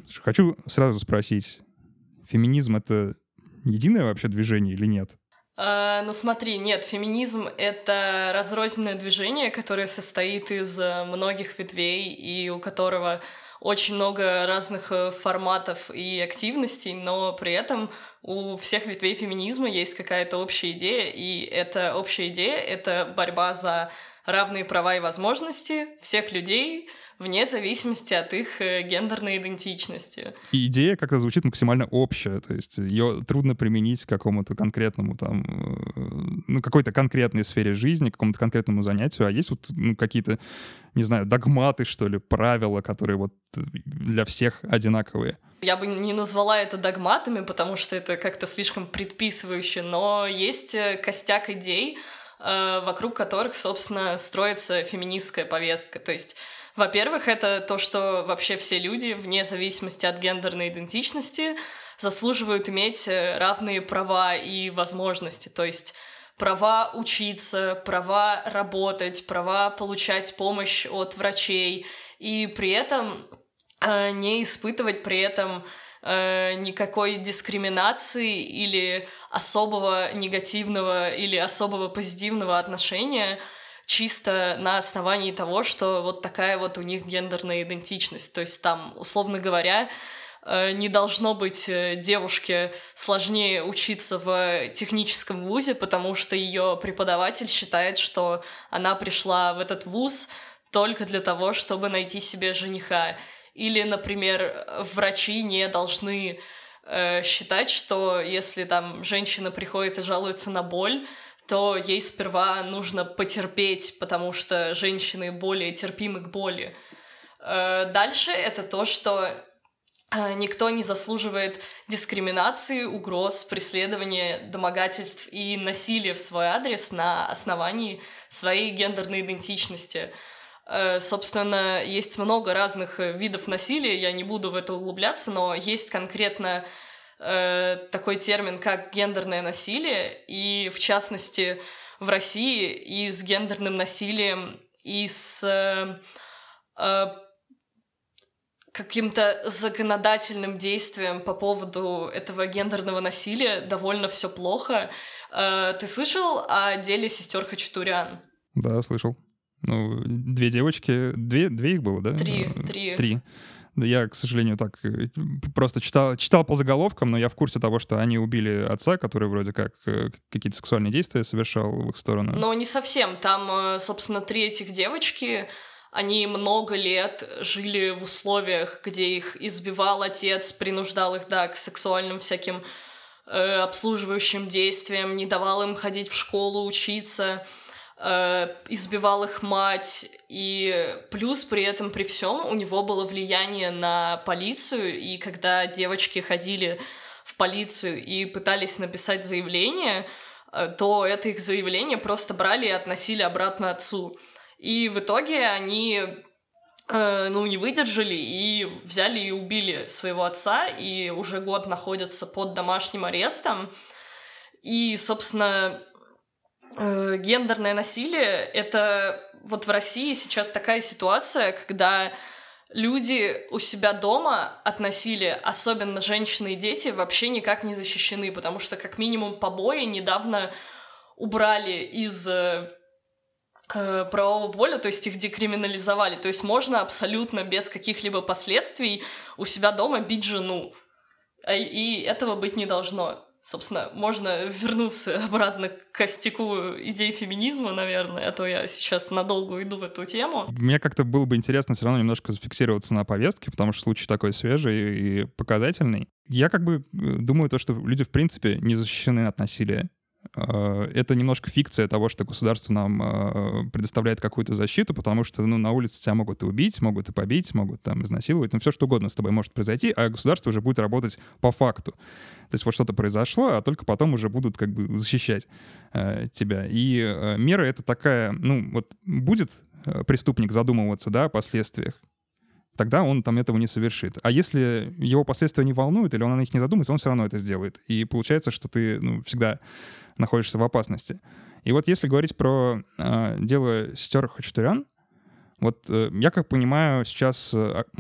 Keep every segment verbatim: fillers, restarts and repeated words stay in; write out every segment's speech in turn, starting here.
Хочу сразу спросить, феминизм — это единое вообще движение или нет? Uh, ну смотри, нет, феминизм — это разрозненное движение, которое состоит из многих ветвей и у которого очень много разных форматов и активностей, но при этом у всех ветвей феминизма есть какая-то общая идея, и эта общая идея — это борьба за равные права и возможности всех людей, вне зависимости от их гендерной идентичности. И идея как-то звучит максимально общая, то есть ее трудно применить к какому-то конкретному там, ну, какой-то конкретной сфере жизни, какому-то конкретному занятию, а есть вот ну, какие-то, не знаю, догматы, что ли, правила, которые вот для всех одинаковые. Я бы не назвала это догматами, потому что это как-то слишком предписывающе, но есть костяк идей, вокруг которых, собственно, строится феминистская повестка, то есть во-первых, это то, что вообще все люди, вне зависимости от гендерной идентичности, заслуживают иметь равные права и возможности. То есть права учиться, права работать, права получать помощь от врачей. И при этом э, не испытывать при этом э, никакой дискриминации или особого негативного или особого позитивного отношения чисто на основании того, что вот такая вот у них гендерная идентичность. То есть там, условно говоря, не должно быть девушке сложнее учиться в техническом вузе, потому что ее преподаватель считает, что она пришла в этот вуз только для того, чтобы найти себе жениха. Или, например, врачи не должны э, считать, что если там женщина приходит и жалуется на боль, то ей сперва нужно потерпеть, потому что женщины более терпимы к боли. Дальше это то, что никто не заслуживает дискриминации, угроз, преследования, домогательств и насилия в свой адрес на основании своей гендерной идентичности. Собственно, есть много разных видов насилия, я не буду в это углубляться, но есть конкретно такой термин, как гендерное насилие, и, в частности, в России и с гендерным насилием, и с э, каким-то законодательным действием по поводу этого гендерного насилия довольно все плохо. Э, ты слышал о деле сестер Хачатурян? Да, слышал. Ну, две девочки, две, две их было, да? Три, три. Три. Я, к сожалению, так просто читал, читал по заголовкам, но я в курсе того, что они убили отца, который вроде как какие-то сексуальные действия совершал в их сторону. Но не совсем. Там, собственно, три этих девочки, они много лет жили в условиях, где их избивал отец, принуждал их, да, к сексуальным всяким э, обслуживающим действиям, не давал им ходить в школу, учиться, избивал их мать, и плюс при этом, при всем, у него было влияние на полицию, и когда девочки ходили в полицию и пытались написать заявление, то это их заявление просто брали и относили обратно отцу. И в итоге они, ну, не выдержали и взяли и убили своего отца, и уже год находятся под домашним арестом. И, собственно, гендерное насилие — это вот в России сейчас такая ситуация, когда люди у себя дома от насилия, особенно женщины и дети, вообще никак не защищены, потому что как минимум побои недавно убрали из э, правового поля, то есть их декриминализовали. То есть можно абсолютно без каких-либо последствий у себя дома бить жену. И этого быть не должно. Собственно, можно вернуться обратно к костяку идей феминизма, наверное, а то я сейчас надолго уйду в эту тему. Мне как-то было бы интересно все равно немножко зафиксироваться на повестке, потому что случай такой свежий и показательный. Я как бы думаю то, что люди в принципе не защищены от насилия. Это немножко фикция того, что государство нам предоставляет какую-то защиту, потому что ну, на улице тебя могут и убить, могут и побить, могут там изнасиловать, ну все что угодно с тобой может произойти, а государство уже будет работать по факту. То есть вот что-то произошло, а только потом уже будут как бы защищать э, тебя. И э, мера — это такая, ну вот будет преступник задумываться, да, о последствиях, тогда он там этого не совершит. А если его последствия не волнуют или он на них не задумается, он все равно это сделает. И получается, что ты ну, всегда находишься в опасности. И вот если говорить про э, дело сестер Хачатурян, вот э, я как понимаю, сейчас э,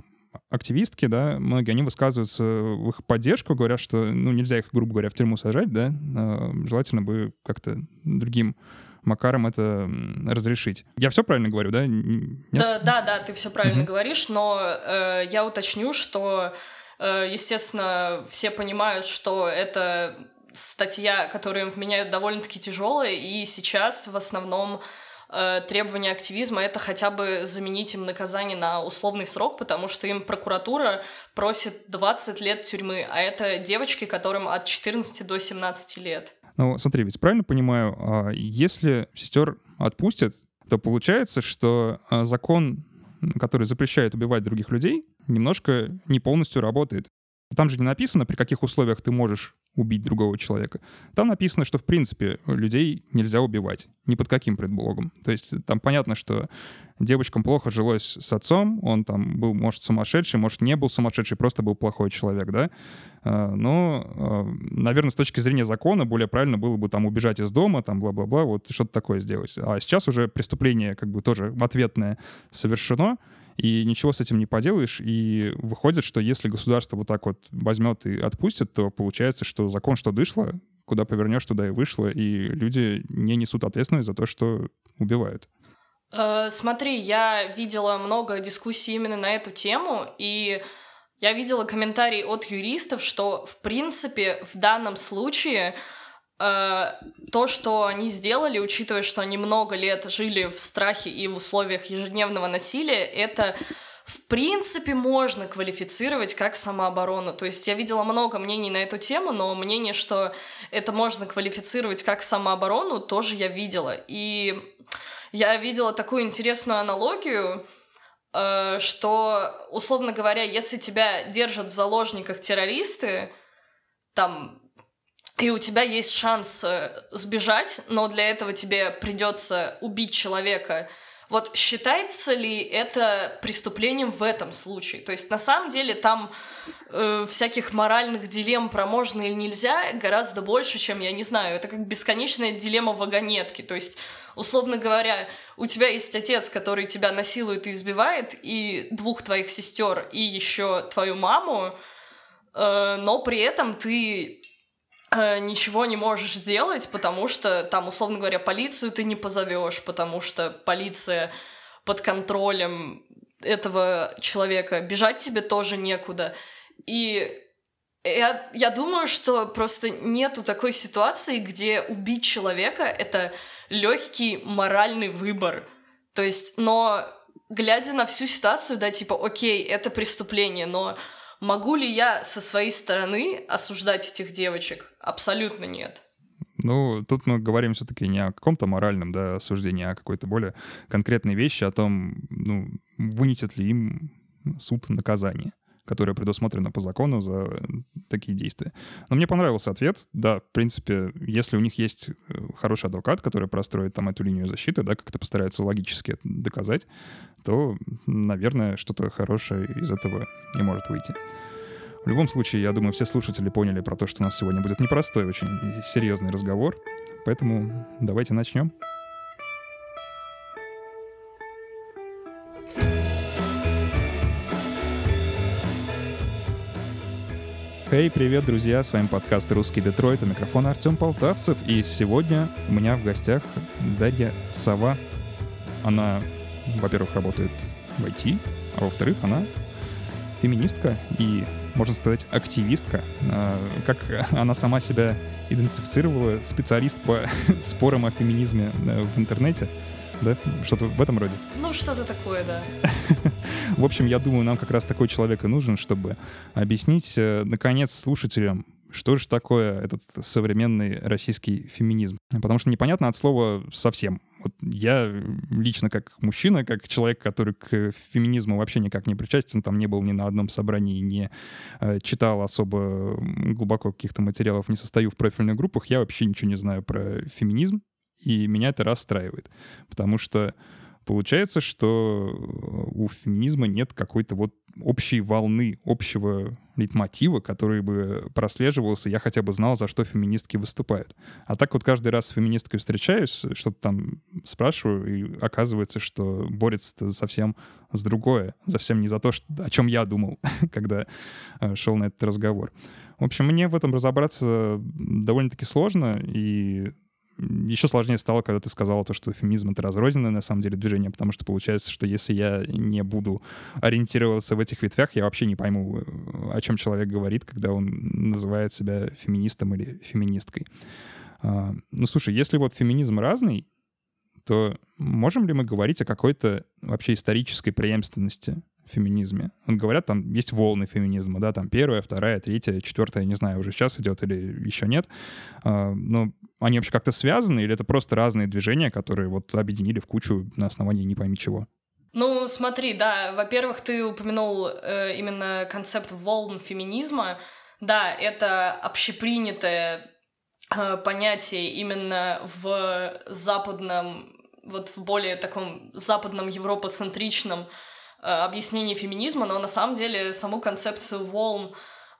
активистки, да, многие, они высказываются в их поддержку, говорят, что, ну, нельзя их, грубо говоря, в тюрьму сажать, да, а желательно бы как-то другим макаром это разрешить. Я все правильно говорю, да? Нет? Да, да, да, ты все правильно Мгм. говоришь, но э, я уточню, что, э, естественно, все понимают, что это статья, которую им вменяют, довольно-таки тяжелая, и сейчас в основном э, требование активизма — это хотя бы заменить им наказание на условный срок, потому что им прокуратура просит двадцать лет тюрьмы, а это девочки, которым от четырнадцати до семнадцати лет. Ну, смотри, ведь правильно понимаю, а, если сестер отпустят, то получается, что а, закон, который запрещает убивать других людей, немножко не полностью работает. Там же не написано, при каких условиях ты можешь убить другого человека. Там написано, что, в принципе, людей нельзя убивать. Ни под каким предлогом. То есть там понятно, что девочкам плохо жилось с отцом, он там был, может, сумасшедший, может, не был сумасшедший, просто был плохой человек, да. А, Но, а, наверное, с точки зрения закона более правильно было бы там убежать из дома, там, бла-бла-бла, вот что-то такое сделать. А сейчас уже преступление как бы тоже ответное совершено, и ничего с этим не поделаешь, и выходит, что если государство вот так вот возьмет и отпустит, то получается, что закон что дышло, куда повернешь, туда и вышло, и люди не несут ответственность за то, что убивают. Э, смотри, я видела много дискуссий именно на эту тему, и я видела комментарии от юристов, что, в принципе, в данном случае э, то, что они сделали, учитывая, что они много лет жили в страхе и в условиях ежедневного насилия, это, в принципе, можно квалифицировать как самооборону. То есть я видела много мнений на эту тему, но мнение, что это можно квалифицировать как самооборону, тоже я видела. И я видела такую интересную аналогию, э, что, условно говоря, если тебя держат в заложниках террористы, там, и у тебя есть шанс э, сбежать, но для этого тебе придется убить человека, вот считается ли это преступлением в этом случае? То есть на самом деле там э, всяких моральных дилемм про можно или нельзя гораздо больше, чем, я не знаю, это как бесконечная дилемма вагонетки. То есть, условно говоря, у тебя есть отец, который тебя насилует и избивает, и двух твоих сестер, и еще твою маму, э, но при этом ты э, ничего не можешь сделать, потому что там, условно говоря, полицию ты не позовешь, потому что полиция под контролем этого человека, бежать тебе тоже некуда. И я, я думаю, что просто нету такой ситуации, где убить человека — это легкий моральный выбор. То есть, но глядя на всю ситуацию, да, типа, окей, это преступление, но могу ли я со своей стороны осуждать этих девочек? Абсолютно нет. Ну, тут мы говорим все-таки не о каком-то моральном, да, осуждении, а о какой-то более конкретной вещи, о том, ну, вынесет ли им суд наказание, которое предусмотрено по закону за такие действия. Но мне понравился ответ. Да, в принципе, если у них есть хороший адвокат, который простроит там эту линию защиты, да, как-то постарается логически это доказать, то, наверное, что-то хорошее из этого и может выйти. В любом случае, я думаю, все слушатели поняли про то, что у нас сегодня будет непростой, очень серьезный разговор. Поэтому давайте начнем. Хей, hey, привет, друзья! С вами подкаст «Русский Детройт», у микрофона Артем Полтавцев. И сегодня у меня в гостях Дарья Сова. Она, во-первых, работает в ай ти, а во-вторых, она феминистка и, можно сказать, активистка. Как она сама себя идентифицировала, специалист по спорам о феминизме в интернете. Да? Что-то в этом роде? Ну, что-то такое, да. В общем, я думаю, нам как раз такой человек и нужен, чтобы объяснить, наконец, слушателям, что же такое этот современный российский феминизм. Потому что непонятно от слова совсем. Вот я лично как мужчина, как человек, который к феминизму вообще никак не причастен, там не был ни на одном собрании, не читал особо глубоко каких-то материалов, не состою в профильных группах, я вообще ничего не знаю про феминизм. И меня это расстраивает, потому что Получается, что у феминизма нет какой-то вот общей волны, общего лейтмотива, который бы прослеживался, я хотя бы знал, за что феминистки выступают. А так вот каждый раз с феминисткой встречаюсь, что-то там спрашиваю, и оказывается, что борется совсем с другое, совсем не за то, что, о чем я думал, когда шел на этот разговор. В общем, мне в этом разобраться довольно-таки сложно, и еще сложнее стало, когда ты сказала то, что феминизм — это разрозненное, на самом деле, движение, потому что получается, что если я не буду ориентироваться в этих ветвях, я вообще не пойму, о чем человек говорит, когда он называет себя феминистом или феминисткой. А, ну, слушай, если вот феминизм разный, то можем ли мы говорить о какой-то вообще исторической преемственности в феминизме? Вот говорят, там есть волны феминизма, да, там первая, вторая, третья, четвертая, не знаю, уже сейчас идет или еще нет. А, но они вообще как-то связаны, или это просто разные движения, которые вот объединили в кучу на основании не пойми чего? Ну, смотри, да, во-первых, ты упомянул э, именно концепт волн феминизма. Да, это общепринятое э, понятие именно в западном, вот в более таком западном европоцентричном э, объяснении феминизма, но на самом деле саму концепцию волн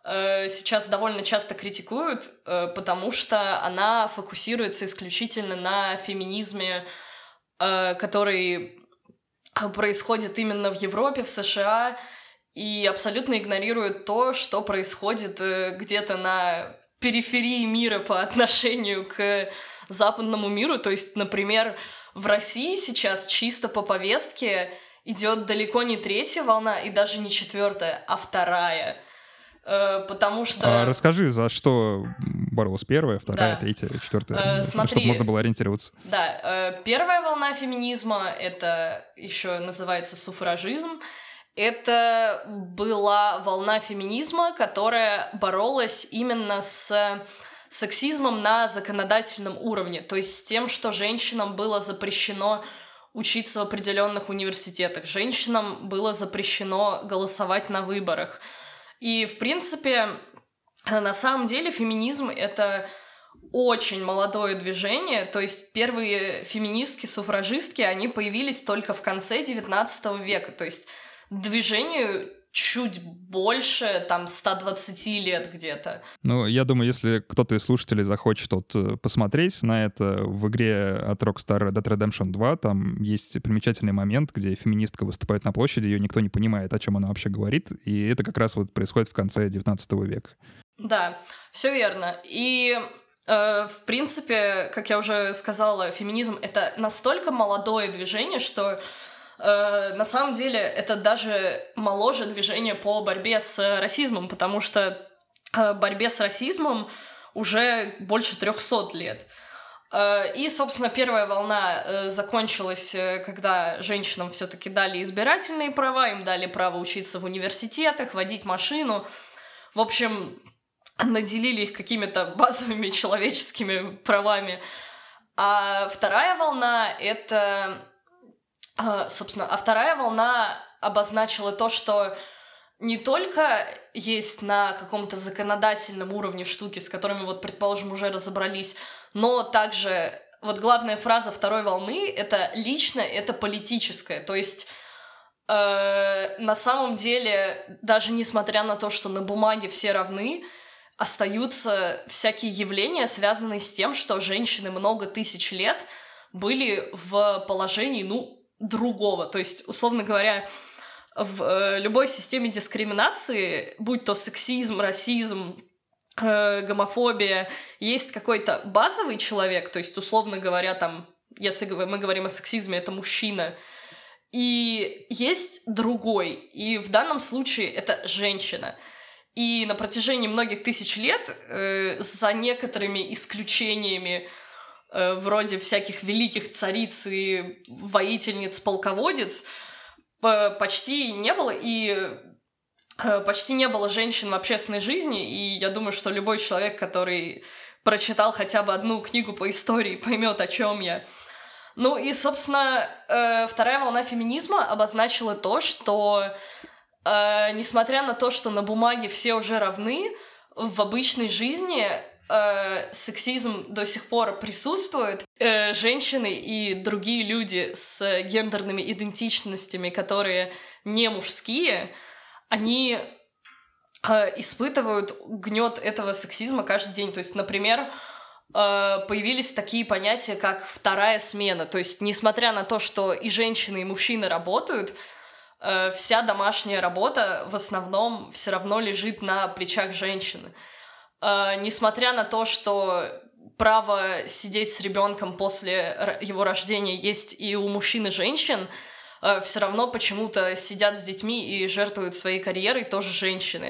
э, сейчас довольно часто критикуют, э, потому что она фокусируется исключительно на феминизме, э, который происходит именно в Европе, в США, и абсолютно игнорирует то, что происходит э, где-то на периферии мира по отношению к западному миру. То есть, например, в России сейчас чисто по повестке идет далеко не третья волна и даже не четвертая, а вторая. Э, потому что... А расскажи, за что боролась первая, вторая, да. третья, четвертая, э, смотри, чтобы можно было ориентироваться. Да, э, первая волна феминизма, это еще называется суфражизм. Это была волна феминизма, которая боролась именно с сексизмом на законодательном уровне, то есть с тем, что женщинам было запрещено учиться в определенных университетах, женщинам было запрещено голосовать на выборах. И, в принципе, на самом деле феминизм — это очень молодое движение, то есть первые феминистки-суфражистки, они появились только в конце девятнадцатого века, то есть движению чуть больше, там, ста двадцати лет где-то. Ну, я думаю, если кто-то из слушателей захочет вот посмотреть на это, в игре от Rockstar Red Dead Redemption два там есть примечательный момент, где феминистка выступает на площади, ее никто не понимает, о чем она вообще говорит, и это как раз вот происходит в конце девятнадцатого века. Да, все верно. И, э, в принципе, как я уже сказала, феминизм — это настолько молодое движение, что э, на самом деле это даже моложе движение по борьбе с расизмом, потому что э, борьбе с расизмом уже больше трехсот лет. Э, и, собственно, первая волна э, закончилась, э, когда женщинам все-таки дали избирательные права, им дали право учиться в университетах, водить машину. В общем, наделили их какими-то базовыми человеческими правами. А вторая волна — это... Собственно, а вторая волна обозначила то, что не только есть на каком-то законодательном уровне штуки, с которыми, вот, предположим, уже разобрались, но также вот главная фраза второй волны — это личное, это политическое. То есть э, на самом деле, даже несмотря на то, что на бумаге все равны, остаются всякие явления, связанные с тем, что женщины много тысяч лет были в положении, ну, другого. То есть, условно говоря, в э, любой системе дискриминации, будь то сексизм, расизм, э, гомофобия, есть какой-то базовый человек, то есть, условно говоря, там, если мы говорим о сексизме, это мужчина, и есть другой, и в данном случае это женщина. И на протяжении многих тысяч лет, э, за некоторыми исключениями, э, вроде всяких великих цариц и воительниц, полководец, э, почти не было, и э, почти не было женщин в общественной жизни, и я думаю, что любой человек, который прочитал хотя бы одну книгу по истории, поймет, о чем я. Ну и, собственно, э, вторая волна феминизма обозначила то, что Uh, несмотря на то, что на бумаге все уже равны, в обычной жизни uh, сексизм до сих пор присутствует. э, женщины и другие люди с гендерными идентичностями, которые не мужские, они э, испытывают гнет этого сексизма каждый день. То есть, например, э, появились такие понятия, как вторая смена. То есть, несмотря на то, что и женщины, и мужчины работают, э, вся домашняя работа в основном все равно лежит на плечах женщины. Э, несмотря на то, что право сидеть с ребенком после его рождения есть и у мужчин и женщин, все равно почему-то сидят с детьми и жертвуют своей карьерой тоже женщины.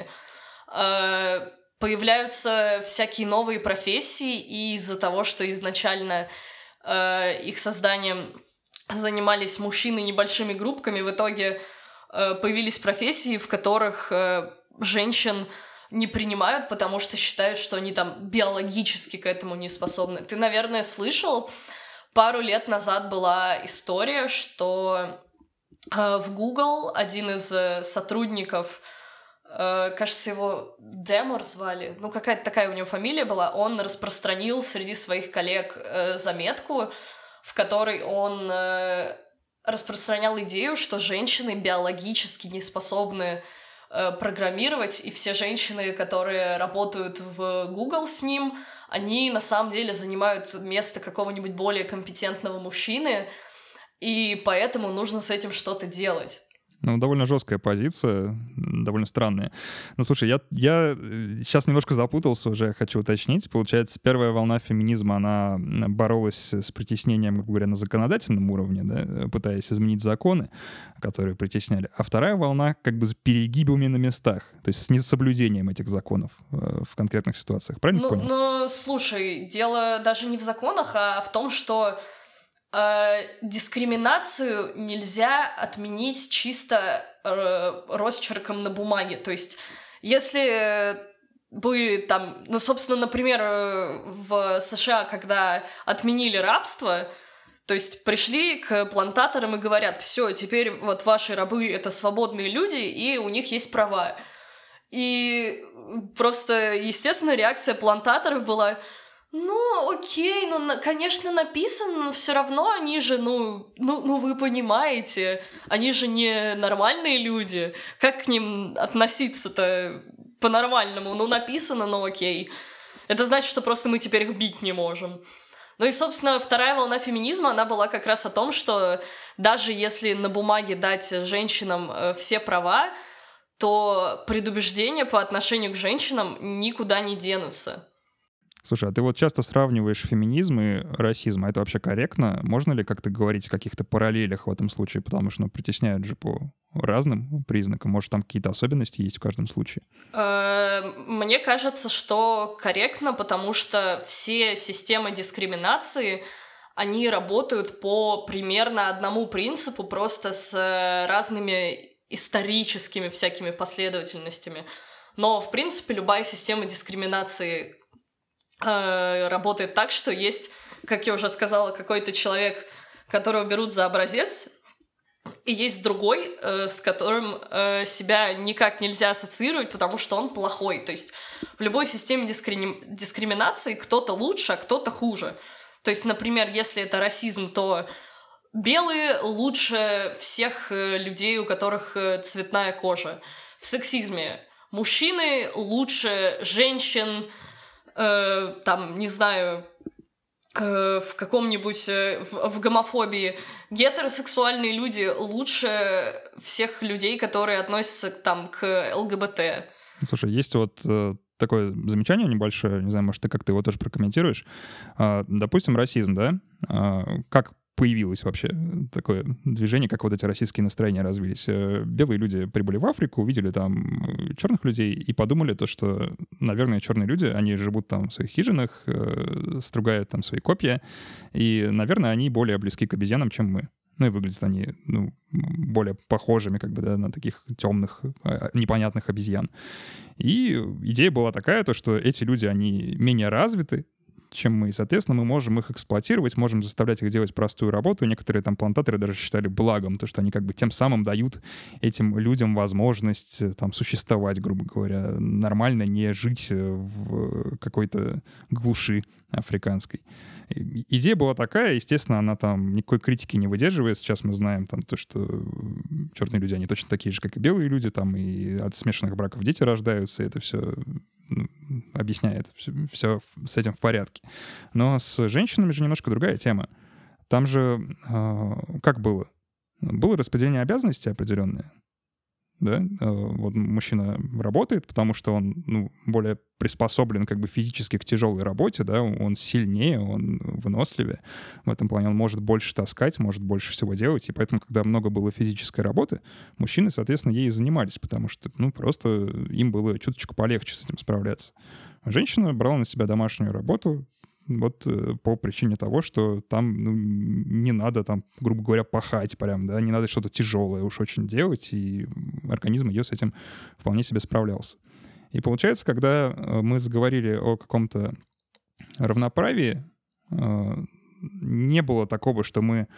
Появляются всякие новые профессии, и из-за того, что изначально их созданием занимались мужчины небольшими группками, в итоге появились профессии, в которых женщин не принимают, потому что считают, что они там биологически к этому не способны. Ты, наверное, слышал, пару лет назад была история, что э, в Google один из э, сотрудников, э, кажется, его Демор звали, ну какая-то такая у него фамилия была, он распространил среди своих коллег э, заметку, в которой он э, распространял идею, что женщины биологически не способны программировать, и все женщины, которые работают в Google с ним, они на самом деле занимают место какого-нибудь более компетентного мужчины, и поэтому нужно с этим что-то делать. Ну, довольно жесткая позиция, довольно странная. Ну, слушай, я, я сейчас немножко запутался уже, хочу уточнить. Получается, первая волна феминизма, она боролась с притеснением, грубо говоря, на законодательном уровне, да, пытаясь изменить законы, которые притесняли. А вторая волна как бы с перегибами на местах, то есть с несоблюдением этих законов в конкретных ситуациях. Правильно ну, понял? Ну, слушай, дело даже не в законах, а в том, что Э, дискриминацию нельзя отменить чисто э, росчерком на бумаге. То есть, если бы там, ну, собственно, например, в США, когда отменили рабство, то есть пришли к плантаторам и говорят: все, теперь вот ваши рабы — это свободные люди, и у них есть права. И просто, естественно, реакция плантаторов была: ну, окей, ну, на, конечно, написано, но все равно они же, ну, ну, ну, вы понимаете, они же не нормальные люди. Как к ним относиться-то по-нормальному? Ну, написано, ну, окей. Это значит, что просто мы теперь их бить не можем. Ну и, собственно, вторая волна феминизма, она была как раз о том, что даже если на бумаге дать женщинам э, все права, то предубеждения по отношению к женщинам никуда не денутся. Слушай, а ты вот часто сравниваешь феминизм и расизм, а это вообще корректно? Можно ли как-то говорить о каких-то параллелях в этом случае? Потому что, ну, притесняют же по разным признакам. Может, там какие-то особенности есть в каждом случае? Мне кажется, что корректно, потому что все системы дискриминации, они работают по примерно одному принципу, просто с разными историческими всякими последовательностями. Но, в принципе, любая система дискриминации работает так, что есть, как я уже сказала, какой-то человек, которого берут за образец, и есть другой, э, с которым э, себя никак нельзя ассоциировать, потому что он плохой. То есть в любой системе дискрими... дискриминации кто-то лучше, а кто-то хуже. То есть, например, если это расизм, то белые лучше всех э, людей, у которых э, цветная кожа. В сексизме мужчины лучше женщин, Э, там, не знаю, э, в каком-нибудь, э, в, в гомофобии. Гетеросексуальные люди лучше всех людей, которые относятся там к ЛГБТ. Слушай, есть вот э, такое замечание небольшое, не знаю, может, ты как-то его тоже прокомментируешь. А, допустим, расизм, да? А, как появилось вообще такое движение, как вот эти российские настроения развились. Белые люди прибыли в Африку, увидели там черных людей и подумали то, что, наверное, черные люди, они живут там в своих хижинах, стругают там свои копья, и, наверное, они более близки к обезьянам, чем мы. Ну и выглядят они, ну, более похожими как бы, да, на таких темных, непонятных обезьян. И идея была такая, то, что эти люди, они менее развиты, чем мы. И, соответственно, мы можем их эксплуатировать, можем заставлять их делать простую работу. Некоторые там плантаторы даже считали благом, то, что они как бы тем самым дают этим людям возможность там существовать, грубо говоря, нормально, не жить в какой-то глуши африканской. Идея была такая, естественно, она там никакой критики не выдерживает. Сейчас мы знаем там то, что черные люди, они точно такие же, как и белые люди, там и от смешанных браков дети рождаются, и это все объясняет, все, все с этим в порядке. Но с женщинами же немножко другая тема. Там же э, как было? Было распределение обязанностей определенное. Да? Э, вот мужчина работает, потому что он ну, более приспособлен как бы физически к тяжелой работе, да? Он сильнее, он выносливее. В этом плане он может больше таскать, может больше всего делать. И поэтому, когда много было физической работы, мужчины, соответственно, ей занимались, потому что ну, просто им было чуточку полегче с этим справляться. А женщина брала на себя домашнюю работу, вот э, по причине того, что там ну, не надо, там, грубо говоря, пахать прям, да, не надо что-то тяжелое уж очень делать, и организм ее с этим вполне себе справлялся. И получается, когда мы заговорили о каком-то равноправии, э, не было такого, что мы,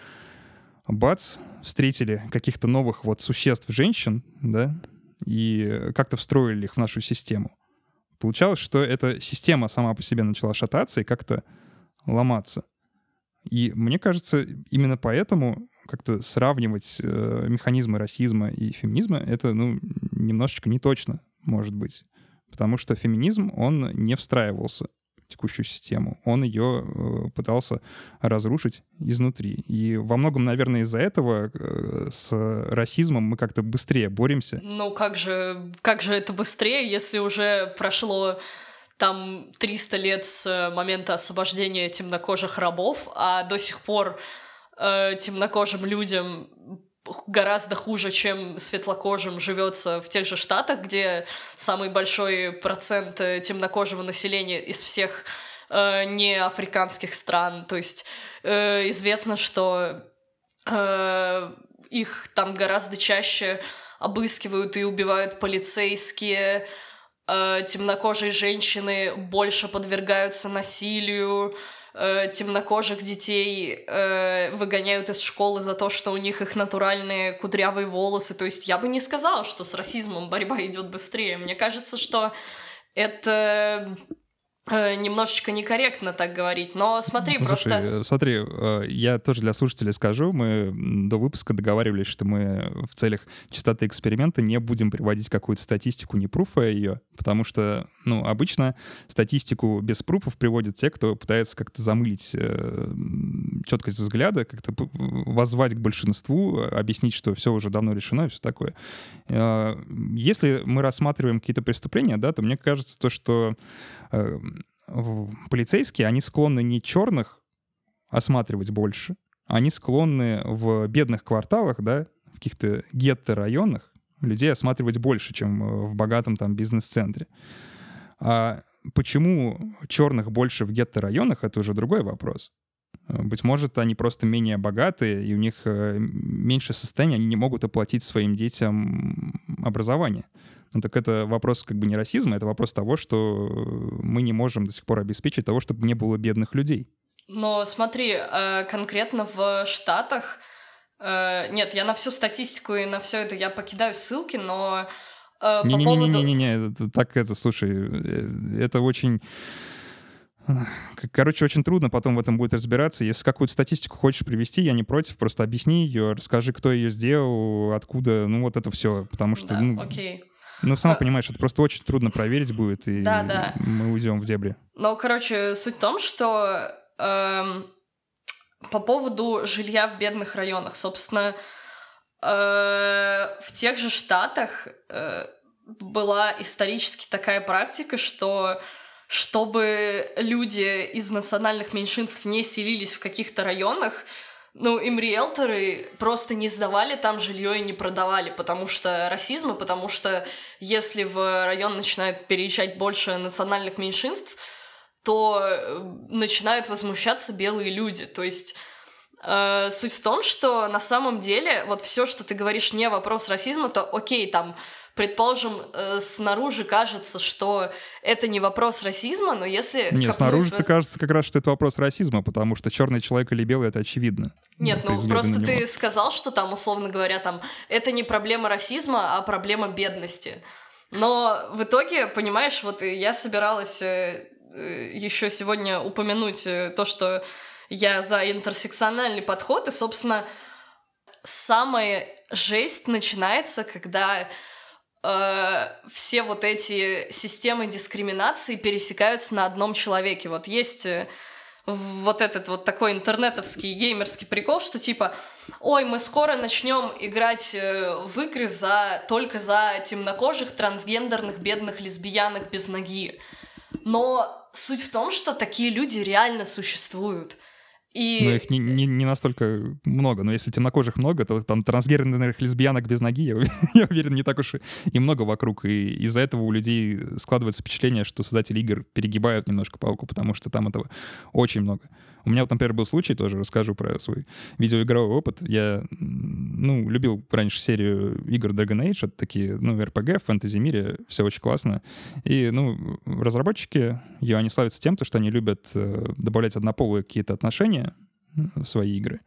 бац, встретили каких-то новых вот существ женщин, да, и как-то встроили их в нашу систему. Получалось, что эта система сама по себе начала шататься и как-то ломаться. И мне кажется, именно поэтому как-то сравнивать э, механизмы расизма и феминизма — это, ну, немножечко не точно, может быть. Потому что феминизм, он не встраивался в текущую систему. Он ее э, пытался разрушить изнутри. И во многом, наверное, из-за этого э, с расизмом мы как-то быстрее боремся. Ну как же, как же это быстрее, если уже прошло там триста лет с момента освобождения темнокожих рабов, а до сих пор э, темнокожим людям гораздо хуже, чем светлокожим живется в тех же штатах, где самый большой процент темнокожего населения из всех э, неафриканских стран. То есть э, известно, что э, их там гораздо чаще обыскивают и убивают полицейские, э, темнокожие женщины больше подвергаются насилию, э, темнокожих детей э, выгоняют из школы за то, что у них их натуральные кудрявые волосы. То есть я бы не сказала, что с расизмом борьба идет быстрее. Мне кажется, что это немножечко некорректно так говорить, но смотри, ну, просто... Слушай, смотри, я тоже для слушателей скажу, мы до выпуска договаривались, что мы в целях чистоты эксперимента не будем приводить какую-то статистику, не пруфая ее, потому что, ну, обычно статистику без пруфов приводят те, кто пытается как-то замылить э, четкость взгляда, как-то воззвать к большинству, объяснить, что все уже давно решено и все такое. Э, если мы рассматриваем какие-то преступления, да, то мне кажется то, что э, полицейские, они склонны не черных осматривать больше, они склонны в бедных кварталах, да, в каких-то гетто-районах людей осматривать больше, чем в богатом там бизнес-центре. А почему черных больше в гетто-районах, это уже другой вопрос. Быть может, они просто менее богатые, и у них меньше состояния, они не могут оплатить своим детям образование. Ну так это вопрос как бы не расизма, это вопрос того, что мы не можем до сих пор обеспечить того, чтобы не было бедных людей. Но смотри, конкретно в Штатах... Нет, я на всю статистику и на все это я покидаю ссылки, но по не, не, поводу... Не-не-не, не, не, не, так это, слушай, это очень... Короче, очень трудно потом в этом будет разбираться. Если какую-то статистику хочешь привести, я не против, просто объясни ее, расскажи, кто ее сделал, откуда, ну вот это все, потому что... Да, ну, окей. Ну, сам а... понимаешь, это просто очень трудно проверить будет, и да, да. мы уйдем в дебри. Ну, короче, суть в том, что эм, по поводу жилья в бедных районах, собственно, э, в тех же Штатах э, была исторически такая практика, что чтобы люди из национальных меньшинств не селились в каких-то районах, ну, им риэлторы просто не сдавали там жилье и не продавали, потому что расизм, и потому что если в район начинают переезжать больше национальных меньшинств, то начинают возмущаться белые люди. То есть э, суть в том, что на самом деле вот все, что ты говоришь, не вопрос расизма, то окей, там предположим, э, снаружи кажется, что это не вопрос расизма, но если... Не, снаружи-то в... кажется как раз, что это вопрос расизма, потому что черный человек или белый — это очевидно. Нет, ну просто ты сказал, что там, условно говоря, там это не проблема расизма, а проблема бедности. Но в итоге, понимаешь, вот я собиралась э, э, еще сегодня упомянуть э, то, что я за интерсекциональный подход, и, собственно, самая жесть начинается, когда э, все вот эти системы дискриминации пересекаются на одном человеке. Вот есть э, вот этот вот такой интернетовский геймерский прикол, что типа, ой, мы скоро начнем играть э, в игры за, только за темнокожих, трансгендерных, бедных лесбиянок без ноги. Но суть в том, что такие люди реально существуют. И... Но их не, не, не настолько много. Но если темнокожих много, то там трансгендерных лесбиянок без ноги, я, я уверен, не так уж и, и много вокруг. И из-за этого у людей складывается впечатление, что создатели игр перегибают немножко палку, потому что там этого очень много. У меня вот, например, был случай, тоже расскажу про свой видеоигровой опыт. Я, ну, любил раньше серию игр Dragon Age, это такие, ну, эр пи джи в фэнтези-мире, все очень классно. И, ну, разработчики, ее, они славятся тем, что они любят э, добавлять однополые какие-то отношения в свои игры.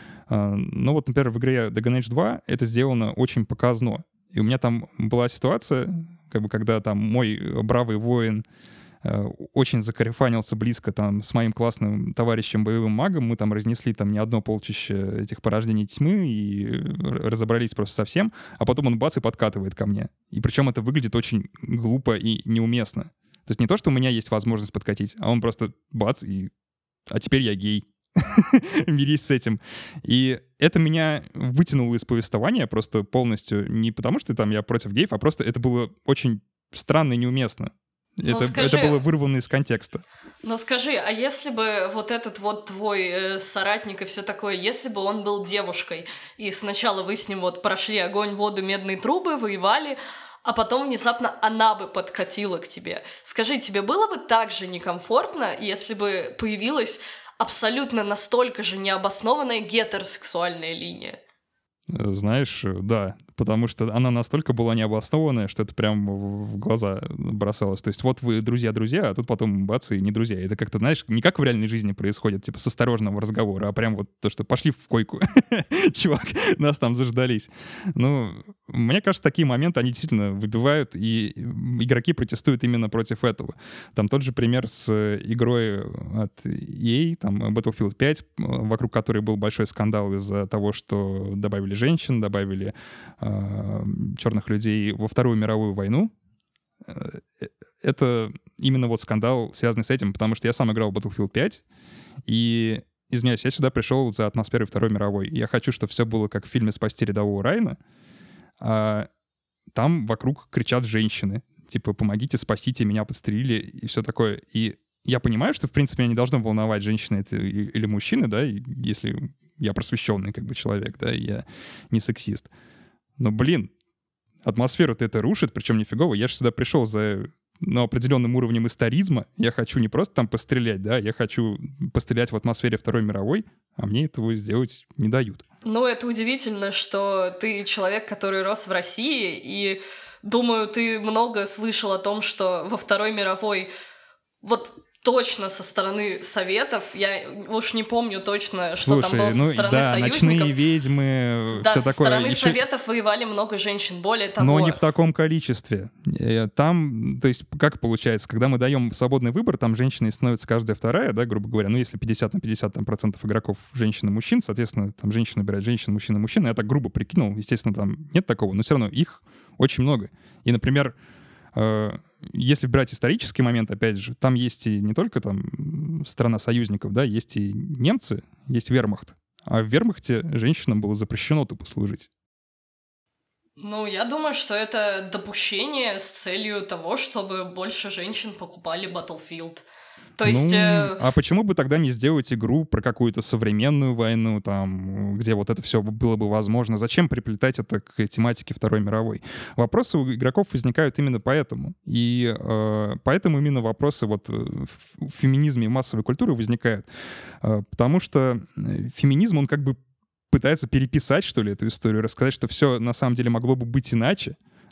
Э, ну, вот, например, в игре Dragon Age два это сделано очень показно. И у меня там была ситуация, как бы, когда там мой бравый воин очень закарифанился близко там с моим классным товарищем боевым магом. Мы там разнесли там не одно полчище этих порождений тьмы и разобрались просто со всем. А потом он бац и подкатывает ко мне. И причем это выглядит очень глупо и неуместно. То есть не то, что у меня есть возможность подкатить, а он просто бац и... А теперь я гей. Мирись с этим. И это меня вытянуло из повествования просто полностью. Не потому, что там я против геев, а просто это было очень странно и неуместно. Это, скажи, это было вырвано из контекста. Ну скажи, а если бы вот этот вот твой э, соратник и все такое, если бы он был девушкой, и сначала вы с ним вот прошли огонь, воду, медные трубы, воевали, а потом внезапно она бы подкатила к тебе. Скажи, тебе было бы так же некомфортно, если бы появилась абсолютно настолько же необоснованная гетеросексуальная линия? Знаешь, да, потому что она настолько была необоснованная, что это прям в глаза бросалось. То есть вот вы друзья-друзья, а тут потом бац, и не друзья. Это как-то, знаешь, не как в реальной жизни происходит, типа с осторожного разговора, а прям вот то, что пошли в койку. Чувак, нас там заждались. Ну, мне кажется, такие моменты, они действительно выбивают, и игроки протестуют именно против этого. Там тот же пример с игрой от и эй, там Battlefield пять, вокруг которой был большой скандал из-за того, что добавили женщин, добавили э, черных людей во Вторую мировую войну. Это именно вот скандал, связанный с этим, потому что я сам играл в Battlefield пять, и, извиняюсь, я сюда пришел за атмосферой Второй мировой. Я хочу, чтобы все было как в фильме «Спасти рядового Райана», а там вокруг кричат женщины, типа «помогите, спасите, меня подстрелили» и все такое. И я понимаю, что, в принципе, меня не должно волновать, женщины это или мужчины, да, если я просвещенный как бы человек, да, и я не сексист. Но, блин, атмосферу-то это рушит, причем нифигово. Я же сюда пришел за ну, определенным уровнем историзма. Я хочу не просто там пострелять, да, я хочу пострелять в атмосфере Второй мировой, а мне этого сделать не дают. Ну, это удивительно, что ты человек, который рос в России, и, думаю, ты много слышал о том, что во Второй мировой вот точно со стороны Советов, я уж не помню точно, что Слушай, там было со ну, стороны да, союзников. Ночные ведьмы, да, все со такое. стороны Еще... Советов воевали много женщин, более того... Но не в таком количестве. Там, то есть, как получается, когда мы даем свободный выбор, там женщины становится каждая вторая, да, грубо говоря, ну, если пятьдесят на пятьдесят там, процентов игроков женщин и мужчин, соответственно, там женщина набирает женщин, мужчин и мужчин, я так грубо прикинул, естественно, там нет такого, но все равно их очень много. И, например, если брать исторический момент, опять же, там есть и не только там страна союзников, да, есть и немцы, есть вермахт. А в вермахте женщинам было запрещено тупо служить. Ну, я думаю, что это допущение с целью того, чтобы больше женщин покупали Battlefield. То есть... Ну, э... а почему бы тогда не сделать игру про какую-то современную войну, там, где вот это все было бы возможно? Зачем приплетать это к тематике Второй мировой? Вопросы у игроков возникают именно поэтому. И э, поэтому именно вопросы вот в феминизме и массовой культуре возникают. Э, потому что феминизм, он как бы пытается переписать, что ли, эту историю, рассказать, что все на самом деле могло бы быть иначе.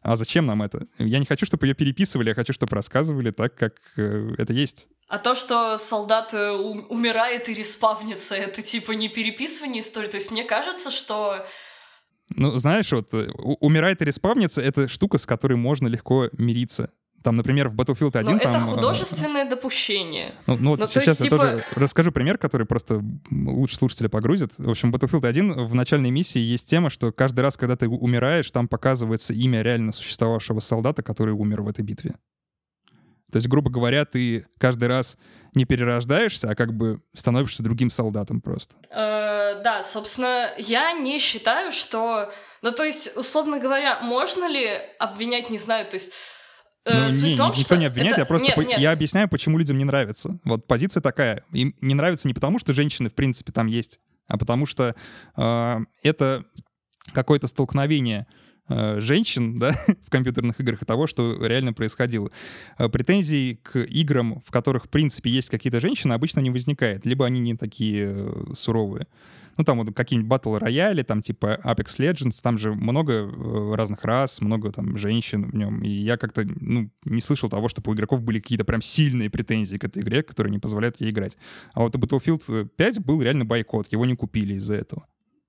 А зачем нам это? Я не хочу, чтобы ее переписывали, я хочу, чтобы рассказывали так, как э, это есть. А то, что солдат у- умирает и респавнится, это типа не переписывание истории. То есть мне кажется, что... Ну, знаешь, вот у- умирает и респавнится — это штука, с которой можно легко мириться. Там, например, в Battlefield один... Но там, это художественное допущение. Ну, ну вот ну, сейчас есть, я типа... тоже расскажу пример, который просто лучше слушателя погрузит. В общем, Battlefield один в начальной миссии есть тема, что каждый раз, когда ты умираешь, там показывается имя реально существовавшего солдата, который умер в этой битве. То есть, грубо говоря, ты каждый раз не перерождаешься, а как бы становишься другим солдатом просто. Э, да, собственно, я не считаю, что... Ну, то есть, условно говоря, можно ли обвинять, не знаю, то есть... Ну, Суть не, в том, никто что не обвиняет, это... я просто нет, по... нет. я объясняю, почему людям не нравится. Вот позиция такая. Им не нравится не потому, что женщины, в принципе, там есть, а потому что э, это какое-то столкновение э, женщин, да, в компьютерных играх и того, что реально происходило. Э, претензий к играм, в которых, в принципе, есть какие-то женщины, обычно не возникает. Либо они не такие э, суровые. Ну, там вот какие-нибудь батл рояли, там типа Apex Legends, там же много э, разных рас, много там женщин в нем. И я как-то, ну, не слышал того, чтобы у игроков были какие-то прям сильные претензии к этой игре, которые не позволяют ей играть. А вот у Battlefield пять был реально бойкот, его не купили из-за этого.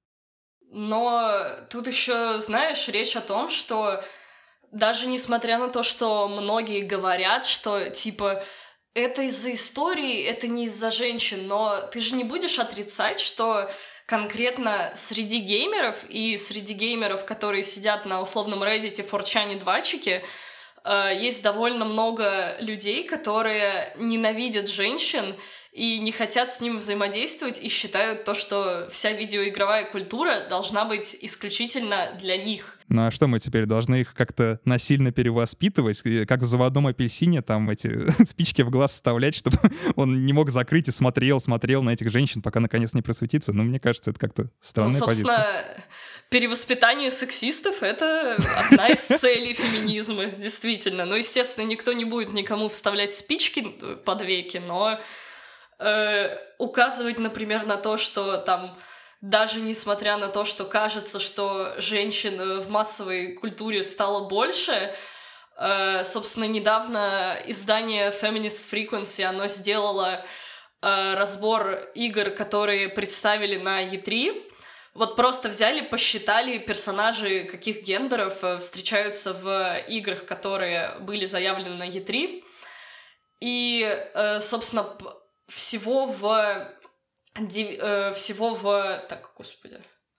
Но тут еще, знаешь, речь о том, что даже несмотря на то, что многие говорят, что типа это из-за истории, это не из-за женщин, но ты же не будешь отрицать, что конкретно среди геймеров и среди геймеров, которые сидят на условном Reddit, форчане, двачике, э, есть довольно много людей, которые ненавидят женщин и не хотят с ним взаимодействовать и считают то, что вся видеоигровая культура должна быть исключительно для них. Ну а что, мы теперь должны их как-то насильно перевоспитывать, как в «Заводном апельсине», там эти спички в глаз вставлять, чтобы он не мог закрыть и смотрел, смотрел на этих женщин, пока наконец не просветится? Ну, мне кажется, это как-то странная ну, собственно, позиция. Перевоспитание сексистов — это одна из целей феминизма, действительно. Ну, естественно, никто не будет никому вставлять спички под веки, но э, указывать, например, на то, что там даже несмотря на то, что кажется, что женщин в массовой культуре стало больше, э, собственно, недавно издание Feminist Frequency, оно сделало э, разбор игр, которые представили на и три. Вот просто взяли, посчитали персонажи, каких гендеров э, встречаются в играх, которые были заявлены на и три. И, э, собственно, всего в... Див, э, всего в... Так, господи.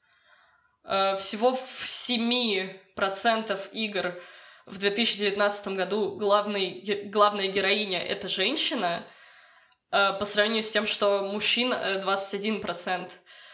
Э, всего в семь процентов игр в две тысячи девятнадцатом году главный, главная героиня — это женщина, э, по сравнению с тем, что мужчин э, двадцать один процент.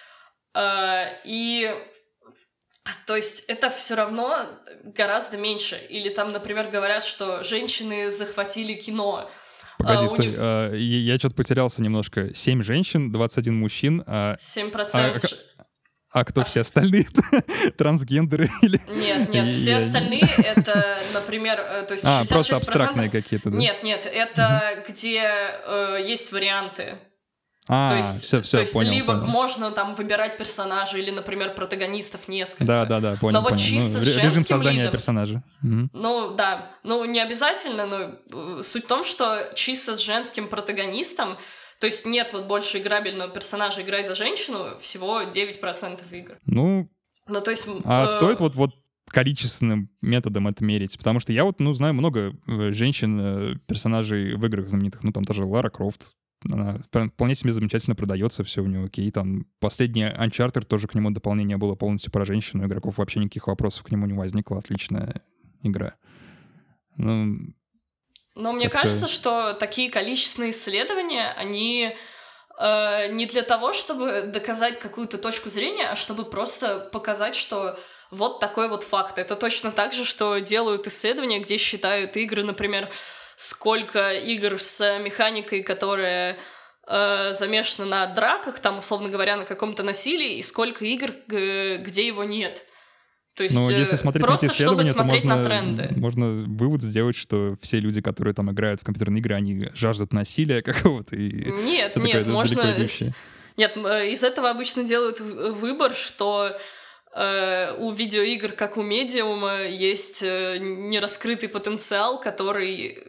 Э, и... То есть это все равно гораздо меньше. Или там, например, говорят, что женщины захватили кино. Погоди, а, стой, них... а, я, я что-то потерялся немножко. Семь женщин, двадцать один мужчин. А... семь процентов. А, а кто а все остальные? Трансгендеры или... Нет, нет, все остальные это, например, то есть а, шестьдесят шесть процентов... просто абстрактные какие-то, да? Нет, нет, это угу. где э, есть варианты. А, то есть, все, все, то есть понял, либо понял. можно там выбирать персонажей или, например, протагонистов несколько. Да, да, да, понял, но вот понял. чисто ну, с женским режим создания лидом, персонажа. Угу. Ну, да. Ну, не обязательно, но суть в том, что чисто с женским протагонистом, то есть нет вот больше играбельного персонажа «Играй за женщину», всего девять процентов игр. Ну, ну то есть... А э... стоит вот, вот количественным методом это мерить? Потому что я вот, ну, знаю много женщин, персонажей в играх знаменитых. Ну, там тоже Лара Крофт. Она вполне себе замечательно продается, все у нее окей. Там последний Uncharted, тоже к нему дополнение было полностью про женщину. Игроков вообще никаких вопросов к нему не возникло. Отличная игра. Ну, Но мне как-то... кажется, что такие количественные исследования, они э, не для того, чтобы доказать какую-то точку зрения, а чтобы просто показать, что вот такой вот факт. Это точно так же, что делают исследования, где считают игры, например, сколько игр с механикой, которая э, замешана на драках, там, условно говоря, на каком-то насилии, и сколько игр, г- где его нет. То есть ну, если смотреть просто на эти исследования, чтобы смотреть то можно, на тренды. Можно вывод сделать, что все люди, которые там играют в компьютерные игры, они жаждут насилия какого-то. И нет, нет, такое, можно... Нет, из этого обычно делают выбор, что э, у видеоигр, как у медиума, есть э, нераскрытый потенциал, который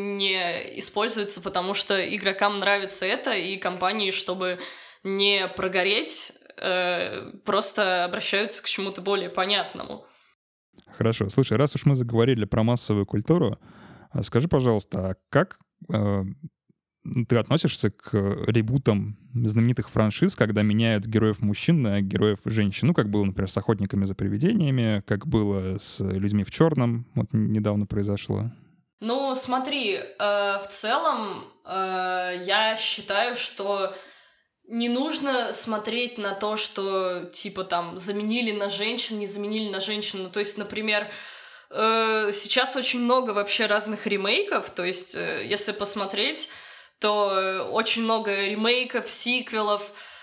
не используется, потому что игрокам нравится это, и компании, чтобы не прогореть, э, просто обращаются к чему-то более понятному. Хорошо. Слушай, раз уж мы заговорили про массовую культуру, скажи, пожалуйста, а как э, ты относишься к ребутам знаменитых франшиз, когда меняют героев мужчин на героев женщин? Ну, как было, например, с «Охотниками за привидениями», как было с «Людьми в черном», вот недавно произошло. Ну, смотри, э, в целом э, я считаю, что не нужно смотреть на то, что, типа, там, заменили на женщин, не заменили на женщин. Ну, то есть, например, э, сейчас очень много вообще разных ремейков, то есть, э, если посмотреть, то очень много ремейков, сиквелов,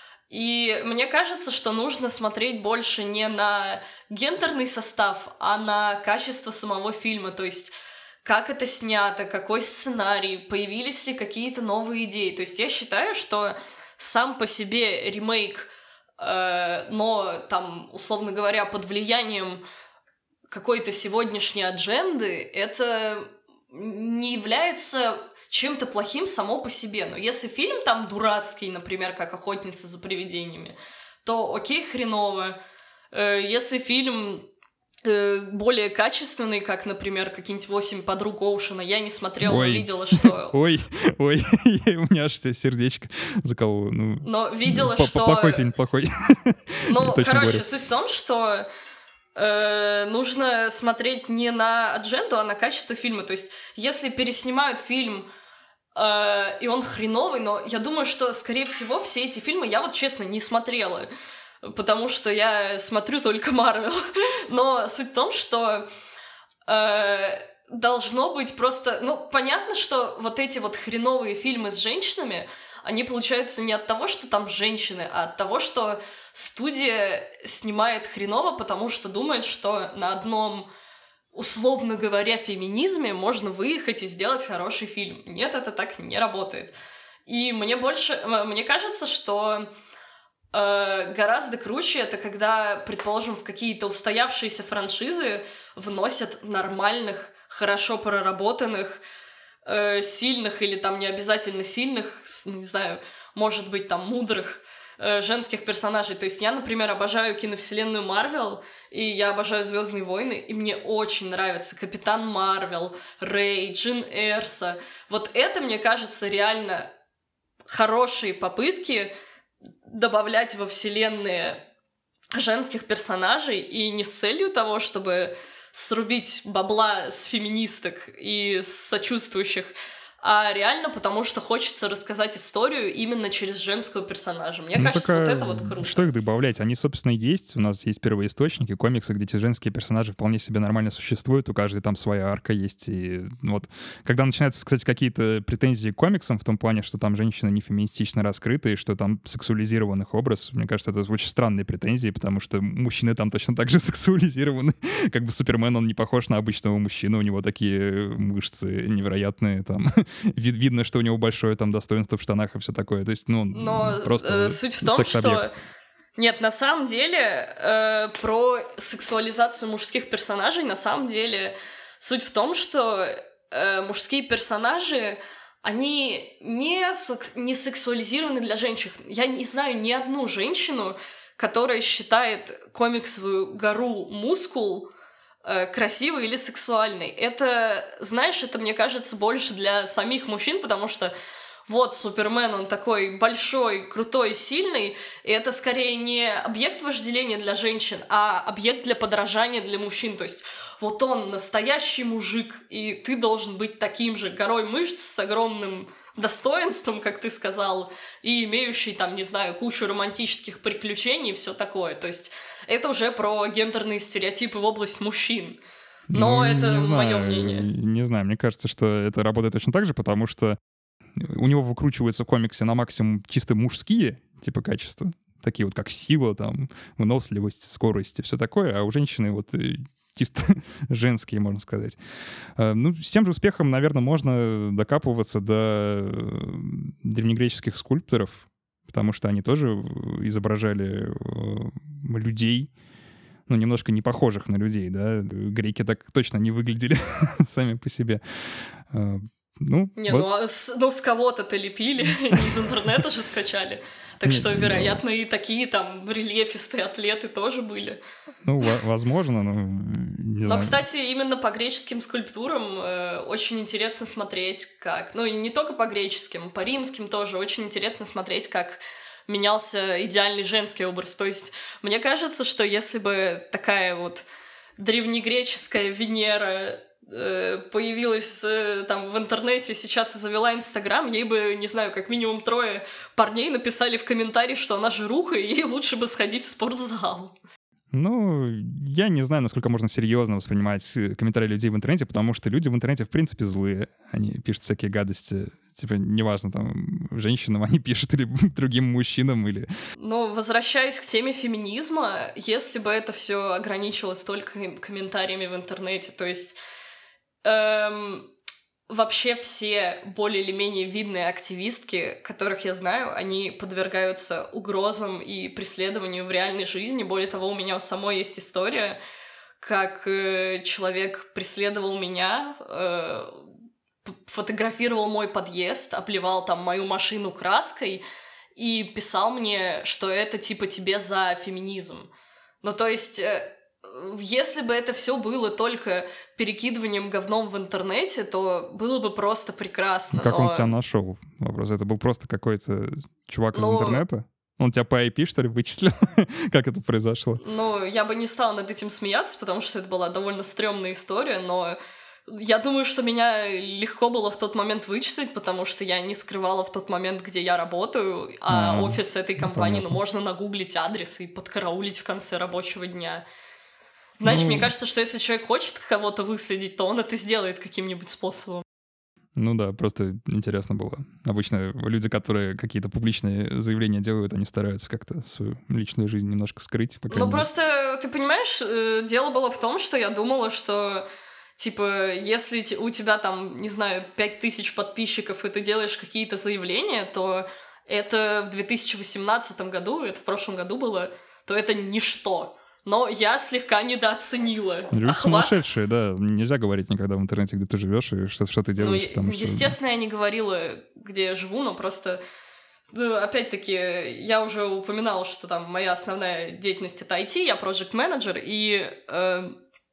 и мне кажется, что нужно смотреть больше не на гендерный состав, а на качество самого фильма, то есть как это снято, какой сценарий, появились ли какие-то новые идеи. То есть я считаю, что сам по себе ремейк, э, но там, условно говоря, под влиянием какой-то сегодняшней адженды, это не является чем-то плохим само по себе. Но если фильм там дурацкий, например, как «Охотница за привидениями», то окей, хреново. Э, если фильм более качественный, как, например, какие-нибудь «Восемь подруг Оушена», я не смотрела, ой. но видела, что... Ой, ой, у меня аж сердечко закололо. Ну, но видела, по- что... Плохой фильм, плохой. Ну, короче, суть в том, что э, нужно смотреть не на адженду, а на качество фильма. То есть, если переснимают фильм, э, и он хреновый, но я думаю, что, скорее всего, все эти фильмы я вот, честно, не смотрела, потому что я смотрю только Марвел. Но суть в том, что э, должно быть просто... Ну, понятно, что вот эти вот хреновые фильмы с женщинами, они получаются не от того, что там женщины, а от того, что студия снимает хреново, потому что думает, что на одном, условно говоря, феминизме можно выехать и сделать хороший фильм. Нет, это так не работает. И мне больше... Мне кажется, что... гораздо круче это когда, предположим, в какие-то устоявшиеся франшизы вносят нормальных, хорошо проработанных, э, сильных или там не обязательно сильных, не знаю, может быть, там мудрых э, женских персонажей. То есть я, например, обожаю киновселенную Марвел, и я обожаю «Звездные войны», и мне очень нравится Капитан Марвел, Рэй, Джин Эрса. Вот это, мне кажется, реально хорошие попытки добавлять во вселенные женских персонажей, и не с целью того, чтобы срубить бабла с феминисток и с сочувствующих, а реально потому, что хочется рассказать историю именно через женского персонажа. Мне ну, кажется, вот это вот круто. Что их добавлять? Они, собственно, есть. У нас есть первоисточники, комиксы, где эти женские персонажи вполне себе нормально существуют. У каждой там своя арка есть. И вот когда начинаются, кстати, какие-то претензии к комиксам в том плане, что там женщины не феминистично раскрыты, и что там сексуализирован их образ, мне кажется, это очень странные претензии, потому что мужчины там точно так же сексуализированы. Как бы Супермен, он не похож на обычного мужчину, у него такие мышцы невероятные там. Вид, видно, что у него большое там достоинство в штанах и все такое. То есть, ну, но просто э, суть в том, что... Нет, на самом деле, э, про сексуализацию мужских персонажей, на самом деле, суть в том, что э, мужские персонажи, они не, не сексуализированы для женщин. Я не знаю ни одну женщину, которая считает комиксовую гору «Мускул» красивый или сексуальный. Это, знаешь, это, мне кажется, больше для самих мужчин, потому что вот Супермен, он такой большой, крутой, сильный, и это скорее не объект вожделения для женщин, а объект для подражания для мужчин. То есть вот он настоящий мужик, и ты должен быть таким же, горой мышц с огромным достоинством, как ты сказал, и имеющий там, не знаю, кучу романтических приключений и все такое. То есть это уже про гендерные стереотипы в область мужчин. Но ну, это мое мнение. Не знаю, мне кажется, что это работает точно так же, потому что у него выкручиваются в комиксе на максимум чисто мужские типа качества, такие вот как сила, там, выносливость, скорость и все такое, а у женщины вот чисто женские, можно сказать. Ну, с тем же успехом, наверное, можно докапываться до древнегреческих скульпторов, потому что они тоже изображали людей, ну, немножко не похожих на людей, да. Греки так точно не выглядели сами по себе. Ну, не, вот. ну, а с, ну с кого-то-то лепили, не из интернета же скачали. Так Нет, что, вероятно, ну... и такие там рельефистые атлеты тоже были. Ну, возможно, но не Но, знаю. кстати, именно по греческим скульптурам э, очень интересно смотреть, как... Ну, и не только по греческим, по римским тоже очень интересно смотреть, как менялся идеальный женский образ. То есть мне кажется, что если бы такая вот древнегреческая Венера появилась там в интернете сейчас и завела Инстаграм, ей бы, не знаю, как минимум трое парней написали в комментарии, что она жируха, и ей лучше бы сходить в спортзал. Ну, я не знаю, насколько можно серьезно воспринимать комментарии людей в интернете, потому что люди в интернете, в принципе, злые. Они пишут всякие гадости. Типа, неважно, там, женщинам они пишут или другим мужчинам, или... Но, возвращаясь к теме феминизма, если бы это все ограничивалось только комментариями в интернете, то есть Эм, вообще все более или менее видные активистки, которых я знаю, они подвергаются угрозам и преследованию в реальной жизни. Более того, у меня у самой есть история, как э, человек преследовал меня, э, фотографировал мой подъезд, обливал там мою машину краской и писал мне, что это типа тебе за феминизм. Ну, то есть... Э, Если бы это все было только перекидыванием говном в интернете, то было бы просто прекрасно. Как но... он тебя нашел? Вопрос. Это был просто какой-то чувак ну... из интернета? Он тебя по ай пи, что ли, вычислил? Как это произошло? Ну, я бы не стала над этим смеяться, потому что это была довольно стрёмная история, но я думаю, что меня легко было в тот момент вычислить, потому что я не скрывала в тот момент, где я работаю, а, а офис этой компании, ну, можно нагуглить адрес и подкараулить в конце рабочего дня. Знаешь, ну, мне кажется, что если человек хочет кого-то выследить, то он это сделает каким-нибудь способом. Ну да, просто интересно было. Обычно люди, которые какие-то публичные заявления делают, они стараются как-то свою личную жизнь немножко скрыть. По ну просто, ты понимаешь, дело было в том, что я думала, что, типа, если у тебя там, не знаю, пять тысяч подписчиков, и ты делаешь какие-то заявления, то это в две тысячи восемнадцатом году, это в прошлом году было, то это ничто. Но я слегка недооценила. Люди охват. Сумасшедшие, да. Нельзя говорить никогда в интернете, где ты живешь и что, что ты делаешь. Ну, потому естественно, что... я не говорила, где я живу, но просто... Ну, опять-таки, я уже упоминала, что там моя основная деятельность — это ай ти, я проект-менеджер, и э,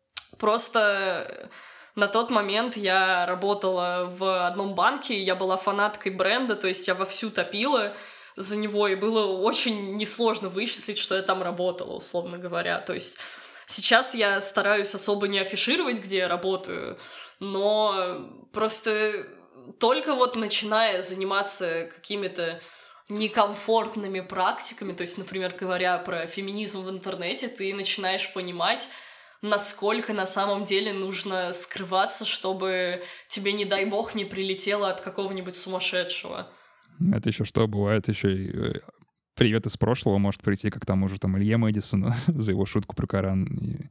просто на тот момент я работала в одном банке, я была фанаткой бренда, то есть я вовсю топила за него, и было очень несложно вычислить, что я там работала, условно говоря. То есть сейчас я стараюсь особо не афишировать, где я работаю, но просто только вот начиная заниматься какими-то некомфортными практиками, то есть, например, говоря про феминизм в интернете, ты начинаешь понимать, насколько на самом деле нужно скрываться, чтобы тебе, не дай бог, не прилетело от какого-нибудь сумасшедшего. Это еще что, бывает еще и привет из прошлого может прийти, как тому же там Илье Мэдисону за его шутку про Коран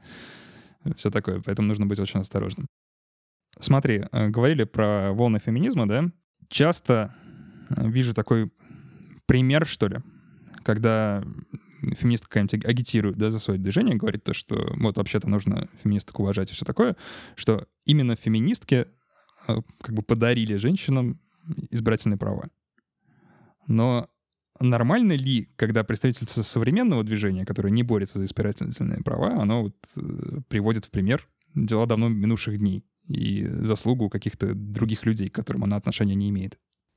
и все такое. Поэтому нужно быть очень осторожным. Смотри, говорили про волны феминизма, да? Часто вижу такой пример, что ли, когда феминистка какая-нибудь агитирует, да, за свое движение, говорит то, что вот вообще-то нужно феминисток уважать и все такое, что именно феминистки как бы подарили женщинам избирательные права. Но нормально ли, когда представительство современного движения, которое не борется за избирательные права, оно вот, э, приводит в пример дела давно минувших дней и заслугу каких-то других людей, к которым она отношения не имеет?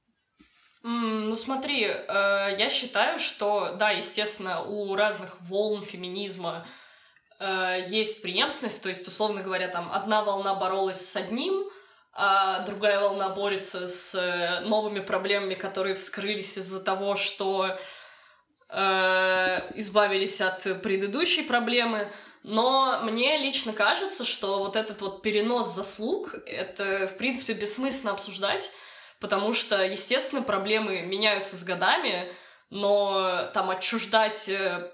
Mm, ну смотри, э, я считаю, что, да, естественно, у разных волн феминизма э, есть преемственность, то есть, условно говоря, там одна волна боролась с одним, а другая волна борется с новыми проблемами, которые вскрылись из-за того, что э, избавились от предыдущей проблемы. Но мне лично кажется, что вот этот вот перенос заслуг, это, в принципе, бессмысленно обсуждать, потому что, естественно, проблемы меняются с годами, но там отчуждать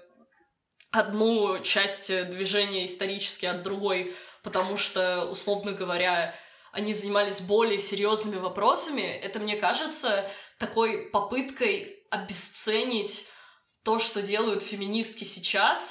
одну часть движения исторически от другой, потому что, условно говоря, они занимались более серьезными вопросами, это, мне кажется, такой попыткой обесценить то, что делают феминистки сейчас,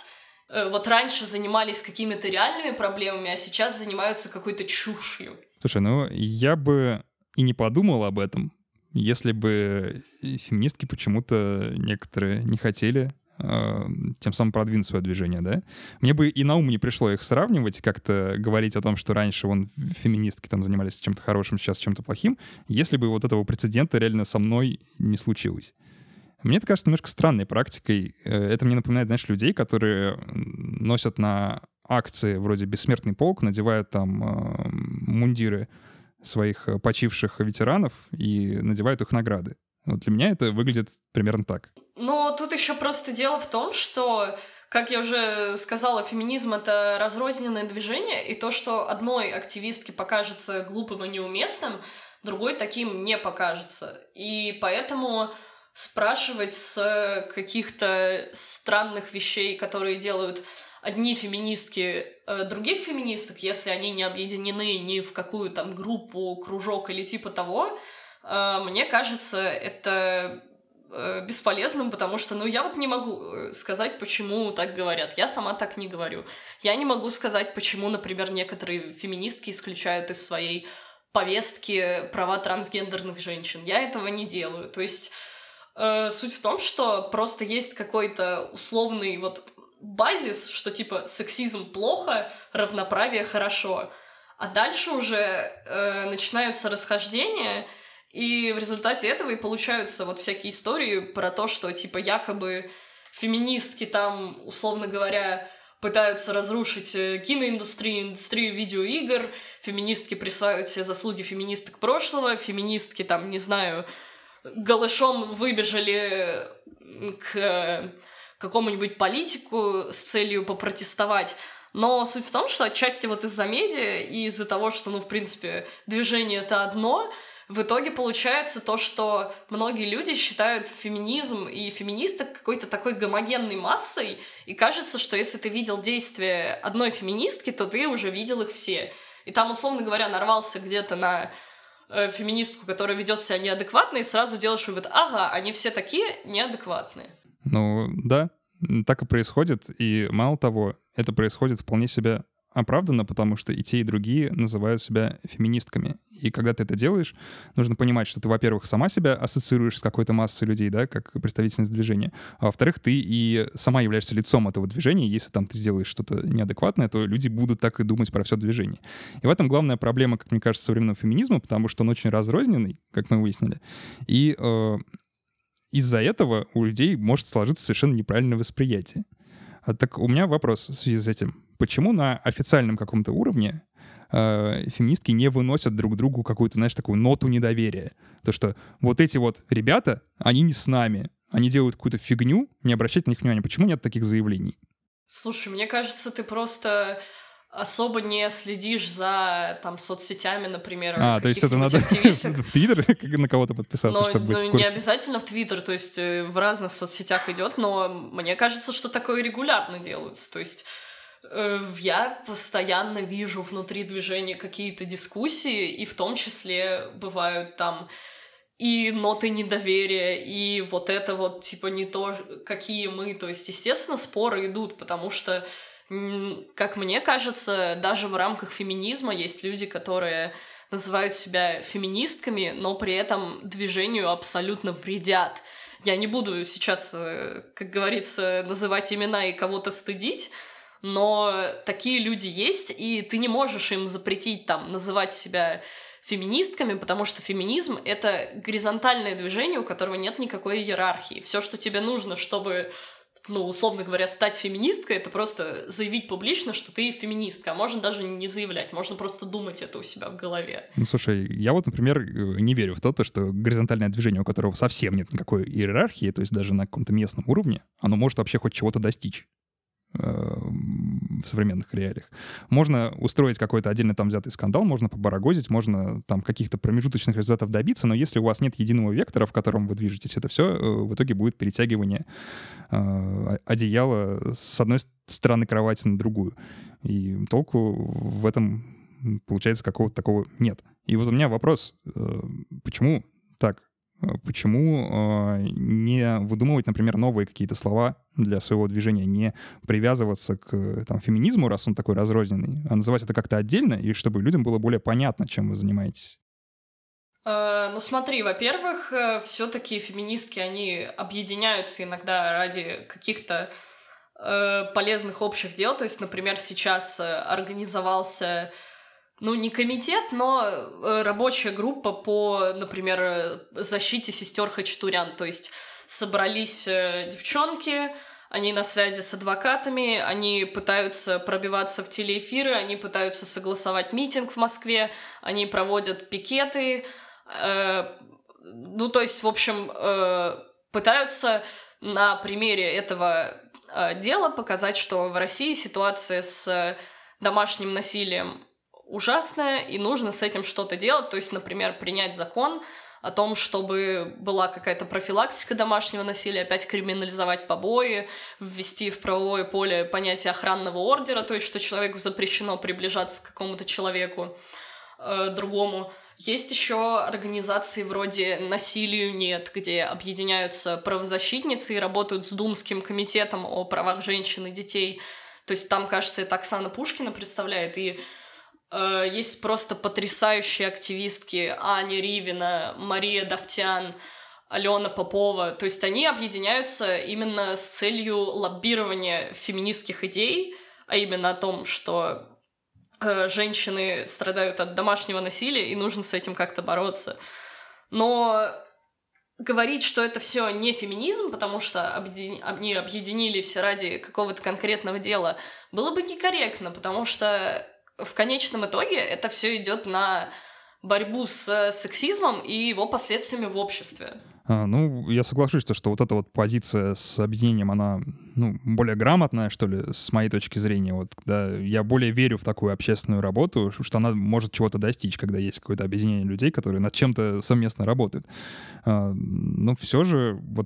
вот раньше занимались какими-то реальными проблемами, а сейчас занимаются какой-то чушью. Слушай, ну я бы и не подумал об этом, если бы феминистки почему-то некоторые не хотели э, тем самым продвинуть свое движение, да? Мне бы и на ум не пришло их сравнивать, как-то говорить о том, что раньше вон феминистки там занимались чем-то хорошим, сейчас чем-то плохим, если бы вот этого прецедента реально со мной не случилось. Мне это кажется немножко странной практикой. Это мне напоминает, знаешь, людей, которые носят на акции вроде «Бессмертный полк», надевают там э, мундиры своих почивших ветеранов и надевают их награды. Вот для меня это выглядит примерно так. Ну, тут еще просто дело в том, что, как я уже сказала, феминизм — это разрозненное движение, и то, что одной активистке покажется глупым и неуместным, другой таким не покажется. И поэтому спрашивать с каких-то странных вещей, которые делают одни феминистки э, других феминисток, если они не объединены ни в какую там группу, кружок или типа того, э, мне кажется, это э, бесполезным, потому что, ну, я вот не могу сказать, почему так говорят. Я сама так не говорю. Я не могу сказать, почему, например, некоторые феминистки исключают из своей повестки права трансгендерных женщин. Я этого не делаю. То есть э, суть в том, что просто есть какой-то условный вот базис, что типа сексизм плохо, равноправие хорошо. А дальше уже э, начинаются расхождения, и в результате этого и получаются вот всякие истории про то, что типа якобы феминистки там, условно говоря, пытаются разрушить киноиндустрию, индустрию видеоигр, феминистки присваивают себе заслуги феминисток прошлого, феминистки там, не знаю, голышом выбежали к какому-нибудь политику с целью попротестовать. Но суть в том, что отчасти вот из-за медиа и из-за того, что, ну, в принципе, движение — это одно, в итоге получается то, что многие люди считают феминизм и феминисток какой-то такой гомогенной массой, и кажется, что если ты видел действия одной феминистки, то ты уже видел их все. И там, условно говоря, нарвался где-то на э, феминистку, которая ведет себя неадекватно, и сразу делаешь вывод: ага, они все такие неадекватные. Ну, да, так и происходит. И мало того, это происходит вполне себе оправданно, потому что и те, и другие называют себя феминистками. И когда ты это делаешь, нужно понимать, что ты, во-первых, сама себя ассоциируешь с какой-то массой людей, да, как представительница движения, а во-вторых, ты и сама являешься лицом этого движения. Если там ты сделаешь что-то неадекватное, то люди будут так и думать про все движение. И в этом главная проблема, как мне кажется, современного феминизма, потому что он очень разрозненный, как мы выяснили, и э, из-за этого у людей может сложиться совершенно неправильное восприятие. А так у меня вопрос в связи с этим. Почему на официальном каком-то уровне э, феминистки не выносят друг другу какую-то, знаешь, такую ноту недоверия? То, что вот эти вот ребята, они не с нами. Они делают какую-то фигню, не обращайте на них внимания. Почему нет таких заявлений? Слушай, мне кажется, ты просто особо не следишь за там соцсетями, например, а, то есть это надо в Твиттер на кого-то подписаться, но, чтобы быть ну, в курсе? Не обязательно в Твиттер, то есть в разных соцсетях идет, но мне кажется, что такое регулярно делается. То есть э, я постоянно вижу внутри движения какие-то дискуссии, и в том числе бывают там и ноты недоверия, и вот это вот типа не то, какие мы. То есть, естественно, споры идут, потому что, как мне кажется, даже в рамках феминизма есть люди, которые называют себя феминистками, но при этом движению абсолютно вредят. Я не буду сейчас, как говорится, называть имена и кого-то стыдить, но такие люди есть, и ты не можешь им запретить там называть себя феминистками, потому что феминизм — это горизонтальное движение, у которого нет никакой иерархии. Все, что тебе нужно, чтобы, ну, условно говоря, стать феминисткой, это просто заявить публично, что ты феминистка. А можно даже не заявлять, можно просто думать это у себя в голове. Ну, слушай, я вот, например, не верю в то, что горизонтальное движение, у которого совсем нет никакой иерархии, то есть даже на каком-то местном уровне, оно может вообще хоть чего-то достичь в современных реалиях. Можно устроить какой-то отдельно там взятый скандал, можно побарагозить, можно там каких-то промежуточных результатов добиться, но если у вас нет единого вектора, в котором вы движетесь, это все в итоге будет перетягивание э, одеяла с одной стороны кровати на другую. И толку в этом, получается, какого-то такого нет. И вот у меня вопрос, э, почему так? Почему не выдумывать, например, новые какие-то слова для своего движения, не привязываться к там, феминизму, раз он такой разрозненный, а называть это как-то отдельно, и чтобы людям было более понятно, чем вы занимаетесь? Ну смотри, во-первых, все-таки феминистки, они объединяются иногда ради каких-то полезных общих дел. То есть, например, сейчас организовался, ну, не комитет, но рабочая группа по, например, защите сестер Хачатурян. То есть собрались девчонки, они на связи с адвокатами, они пытаются пробиваться в телеэфиры, они пытаются согласовать митинг в Москве, они проводят пикеты. Ну, то есть, в общем, пытаются на примере этого дела показать, что в России ситуация с домашним насилием ужасная, и нужно с этим что-то делать. То есть, например, принять закон о том, чтобы была какая-то профилактика домашнего насилия, опять криминализовать побои, ввести в правовое поле понятие охранного ордера, то есть, что человеку запрещено приближаться к какому-то человеку э, другому. Есть еще организации вроде «Насилию нет», где объединяются правозащитницы и работают с Думским комитетом о правах женщин и детей. То есть там, кажется, это Оксана Пушкина представляет, и э, есть просто потрясающие активистки Аня Ривина, Мария Давтян, Алена Попова. То есть они объединяются именно с целью лоббирования феминистских идей, а именно о том, что женщины страдают от домашнего насилия, и нужно с этим как-то бороться. Но говорить, что это все не феминизм, потому что они объединились ради какого-то конкретного дела, было бы некорректно, потому что в конечном итоге это все идет на борьбу с сексизмом и его последствиями в обществе. А, ну, я соглашусь, что, что вот эта вот позиция с объединением, она, ну, более грамотная, что ли, с моей точки зрения. Вот, когда я более верю в такую общественную работу, что она может чего-то достичь, когда есть какое-то объединение людей, которые над чем-то совместно работают. А, но все же, вот,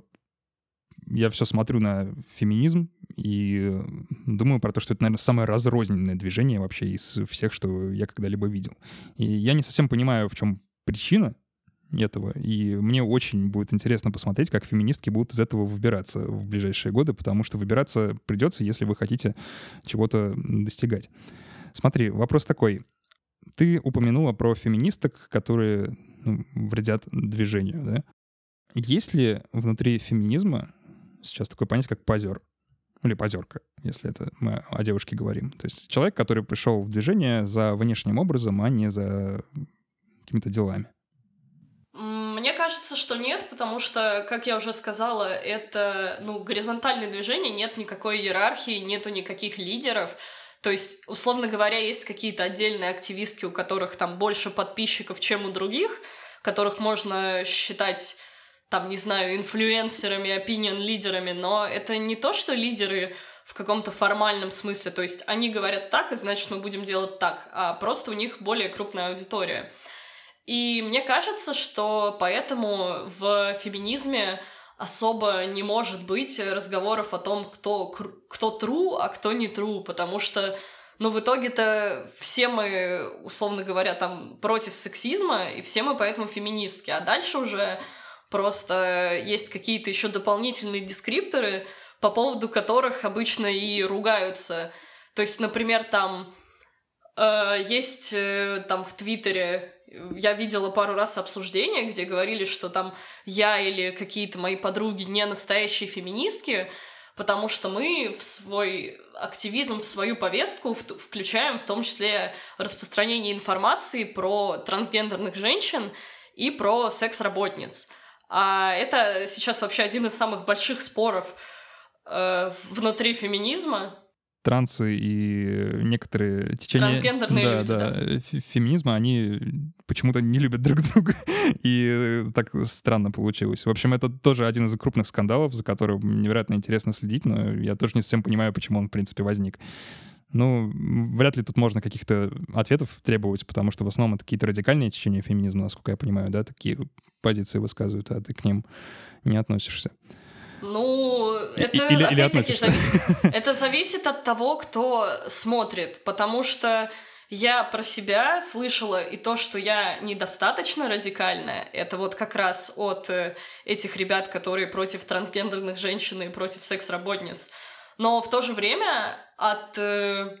я все смотрю на феминизм и думаю про то, что это, наверное, самое разрозненное движение вообще из всех, что я когда-либо видел. И я не совсем понимаю, в чем причина этого. И мне очень будет интересно посмотреть, как феминистки будут из этого выбираться в ближайшие годы, потому что выбираться придется, если вы хотите чего-то достигать. Смотри, вопрос такой. Ты упомянула про феминисток, которые, ну, вредят движению, да? Есть ли внутри феминизма сейчас такое понятие, как позер? Или позерка, если это мы о девушке говорим. То есть человек, который пришел в движение за внешним образом, а не за какими-то делами. Мне кажется, что нет, потому что, как я уже сказала, это, ну, горизонтальное движение, нет никакой иерархии, нету никаких лидеров. То есть, условно говоря, есть какие-то отдельные активистки, у которых там больше подписчиков, чем у других, которых можно считать, там, не знаю, инфлюенсерами, опинион-лидерами, но это не то, что лидеры в каком-то формальном смысле, то есть они говорят так, и значит, мы будем делать так, а просто у них более крупная аудитория. И мне кажется, что поэтому в феминизме особо не может быть разговоров о том, кто, кто true, а кто не true, потому что, ну, в итоге-то все мы, условно говоря, там против сексизма, и все мы поэтому феминистки, а дальше уже просто есть какие-то еще дополнительные дескрипторы, по поводу которых обычно и ругаются. То есть, например, там э, есть э, там в Твиттере, я видела пару раз обсуждения, где говорили, что там я или какие-то мои подруги не настоящие феминистки, потому что мы в свой активизм, в свою повестку включаем в том числе распространение информации про трансгендерных женщин и про секс-работниц. А это сейчас вообще один из самых больших споров э, внутри феминизма. Трансы и некоторые течения... Трансгендерные да, люди, да, да. Феминизма, они почему-то не любят друг друга. И так странно получилось. В общем, это тоже один из крупных скандалов, за которым невероятно интересно следить, но я тоже не совсем понимаю, почему он, в принципе, возник. Ну, вряд ли тут можно каких-то ответов требовать, потому что в основном это какие-то радикальные течения феминизма, насколько я понимаю, да, такие позиции высказывают, а ты к ним не относишься. Ну, это, или, опять-таки, или зави... это зависит от того, кто смотрит, потому что Я про себя слышала и то, что я недостаточно радикальная. Это вот как раз от э, этих ребят, которые против трансгендерных женщин и против секс-работниц. Но в то же время от э,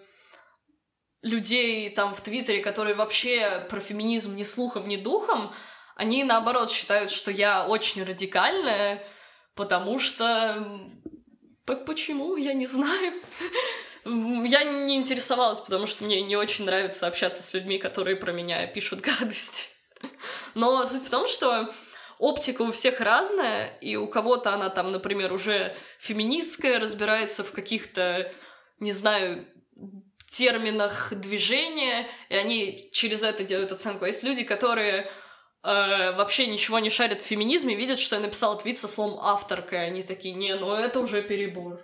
людей там в Твиттере, которые вообще про феминизм ни слухом, ни духом, они наоборот считают, что я очень радикальная, потому что... Почему? Я не знаю. Я не интересовалась, потому что мне не очень нравится общаться с людьми, которые про меня пишут гадости. Но суть в том, что оптика у всех разная, и у кого-то она там, например, уже феминистская, разбирается в каких-то, не знаю, терминах движения, и они через это делают оценку. А есть люди, которые э, вообще ничего не шарят в феминизме, видят, что я написала твит со словом «авторка», и они такие: не, ну это уже перебор.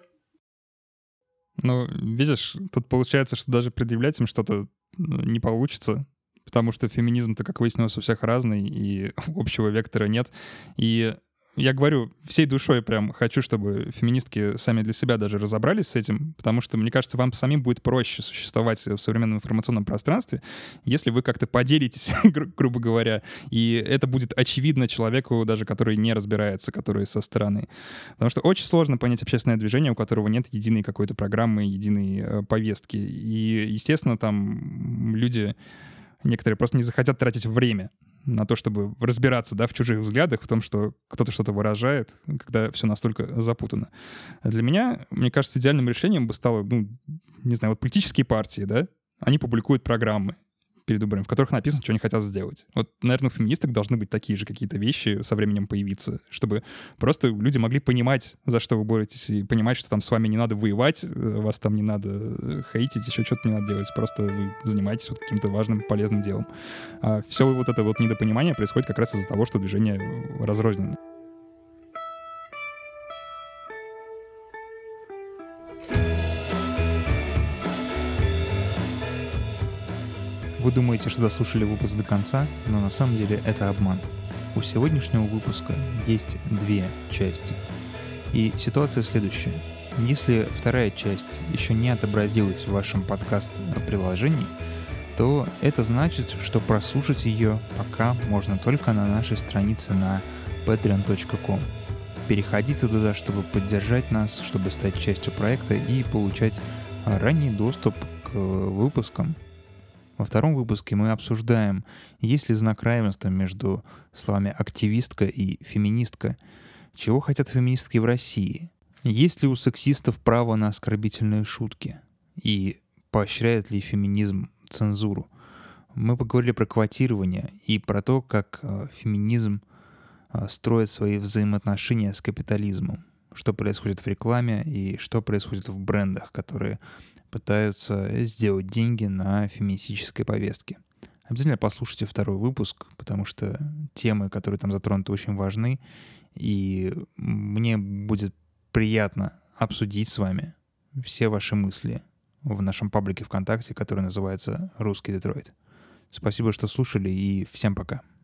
Ну, видишь, тут получается, что даже предъявлять им что-то не получится, потому что феминизм-то, как выяснилось, у всех разный, и общего вектора нет. И я говорю, всей душой прям хочу, чтобы феминистки сами для себя даже разобрались с этим, потому что, мне кажется, вам самим будет проще существовать в современном информационном пространстве, если вы как-то поделитесь, гру- грубо говоря, и это будет очевидно человеку, даже который не разбирается, который со стороны. Потому что очень сложно понять общественное движение, у которого нет единой какой-то программы, единой э, повестки. И, естественно, там люди некоторые просто не захотят тратить время на то, чтобы разбираться, да, в чужих взглядах, в том, что кто-то что-то выражает, когда все настолько запутано. Для меня, мне кажется, идеальным решением бы стало, ну, не знаю, вот политические партии, да, они публикуют программы перед выборами, в которых написано, что они хотят сделать. Вот, наверное, у феминисток должны быть такие же какие-то вещи со временем появиться, чтобы просто люди могли понимать, за что вы боретесь, и понимать, что там с вами не надо воевать, вас там не надо хейтить, еще что-то не надо делать, просто вы занимаетесь вот каким-то важным, полезным делом. А все вот это вот недопонимание происходит как раз из-за того, что движение разрознено. Вы думаете, что дослушали выпуск до конца, но на самом деле это обман. У сегодняшнего выпуска есть две части. И ситуация следующая. Если вторая часть еще не отобразилась в вашем подкаст-приложении, то это значит, что прослушать ее пока можно только на нашей странице на patreon точка com. Переходите туда, чтобы поддержать нас, чтобы стать частью проекта и получать ранний доступ к выпускам. Во втором выпуске мы обсуждаем, есть ли знак равенства между словами «активистка» и «феминистка», чего хотят феминистки в России, есть ли у сексистов право на оскорбительные шутки и поощряет ли феминизм цензуру. Мы поговорили про квотирование и про то, как э, феминизм э, строит свои взаимоотношения с капитализмом, что происходит в рекламе и что происходит в брендах, которые пытаются сделать деньги на феминистической повестке. Обязательно послушайте второй выпуск, потому что темы, которые там затронуты, очень важны, и мне будет приятно обсудить с вами все ваши мысли в нашем паблике ВКонтакте, который называется «Русский Детройт». Спасибо, что слушали, и всем пока.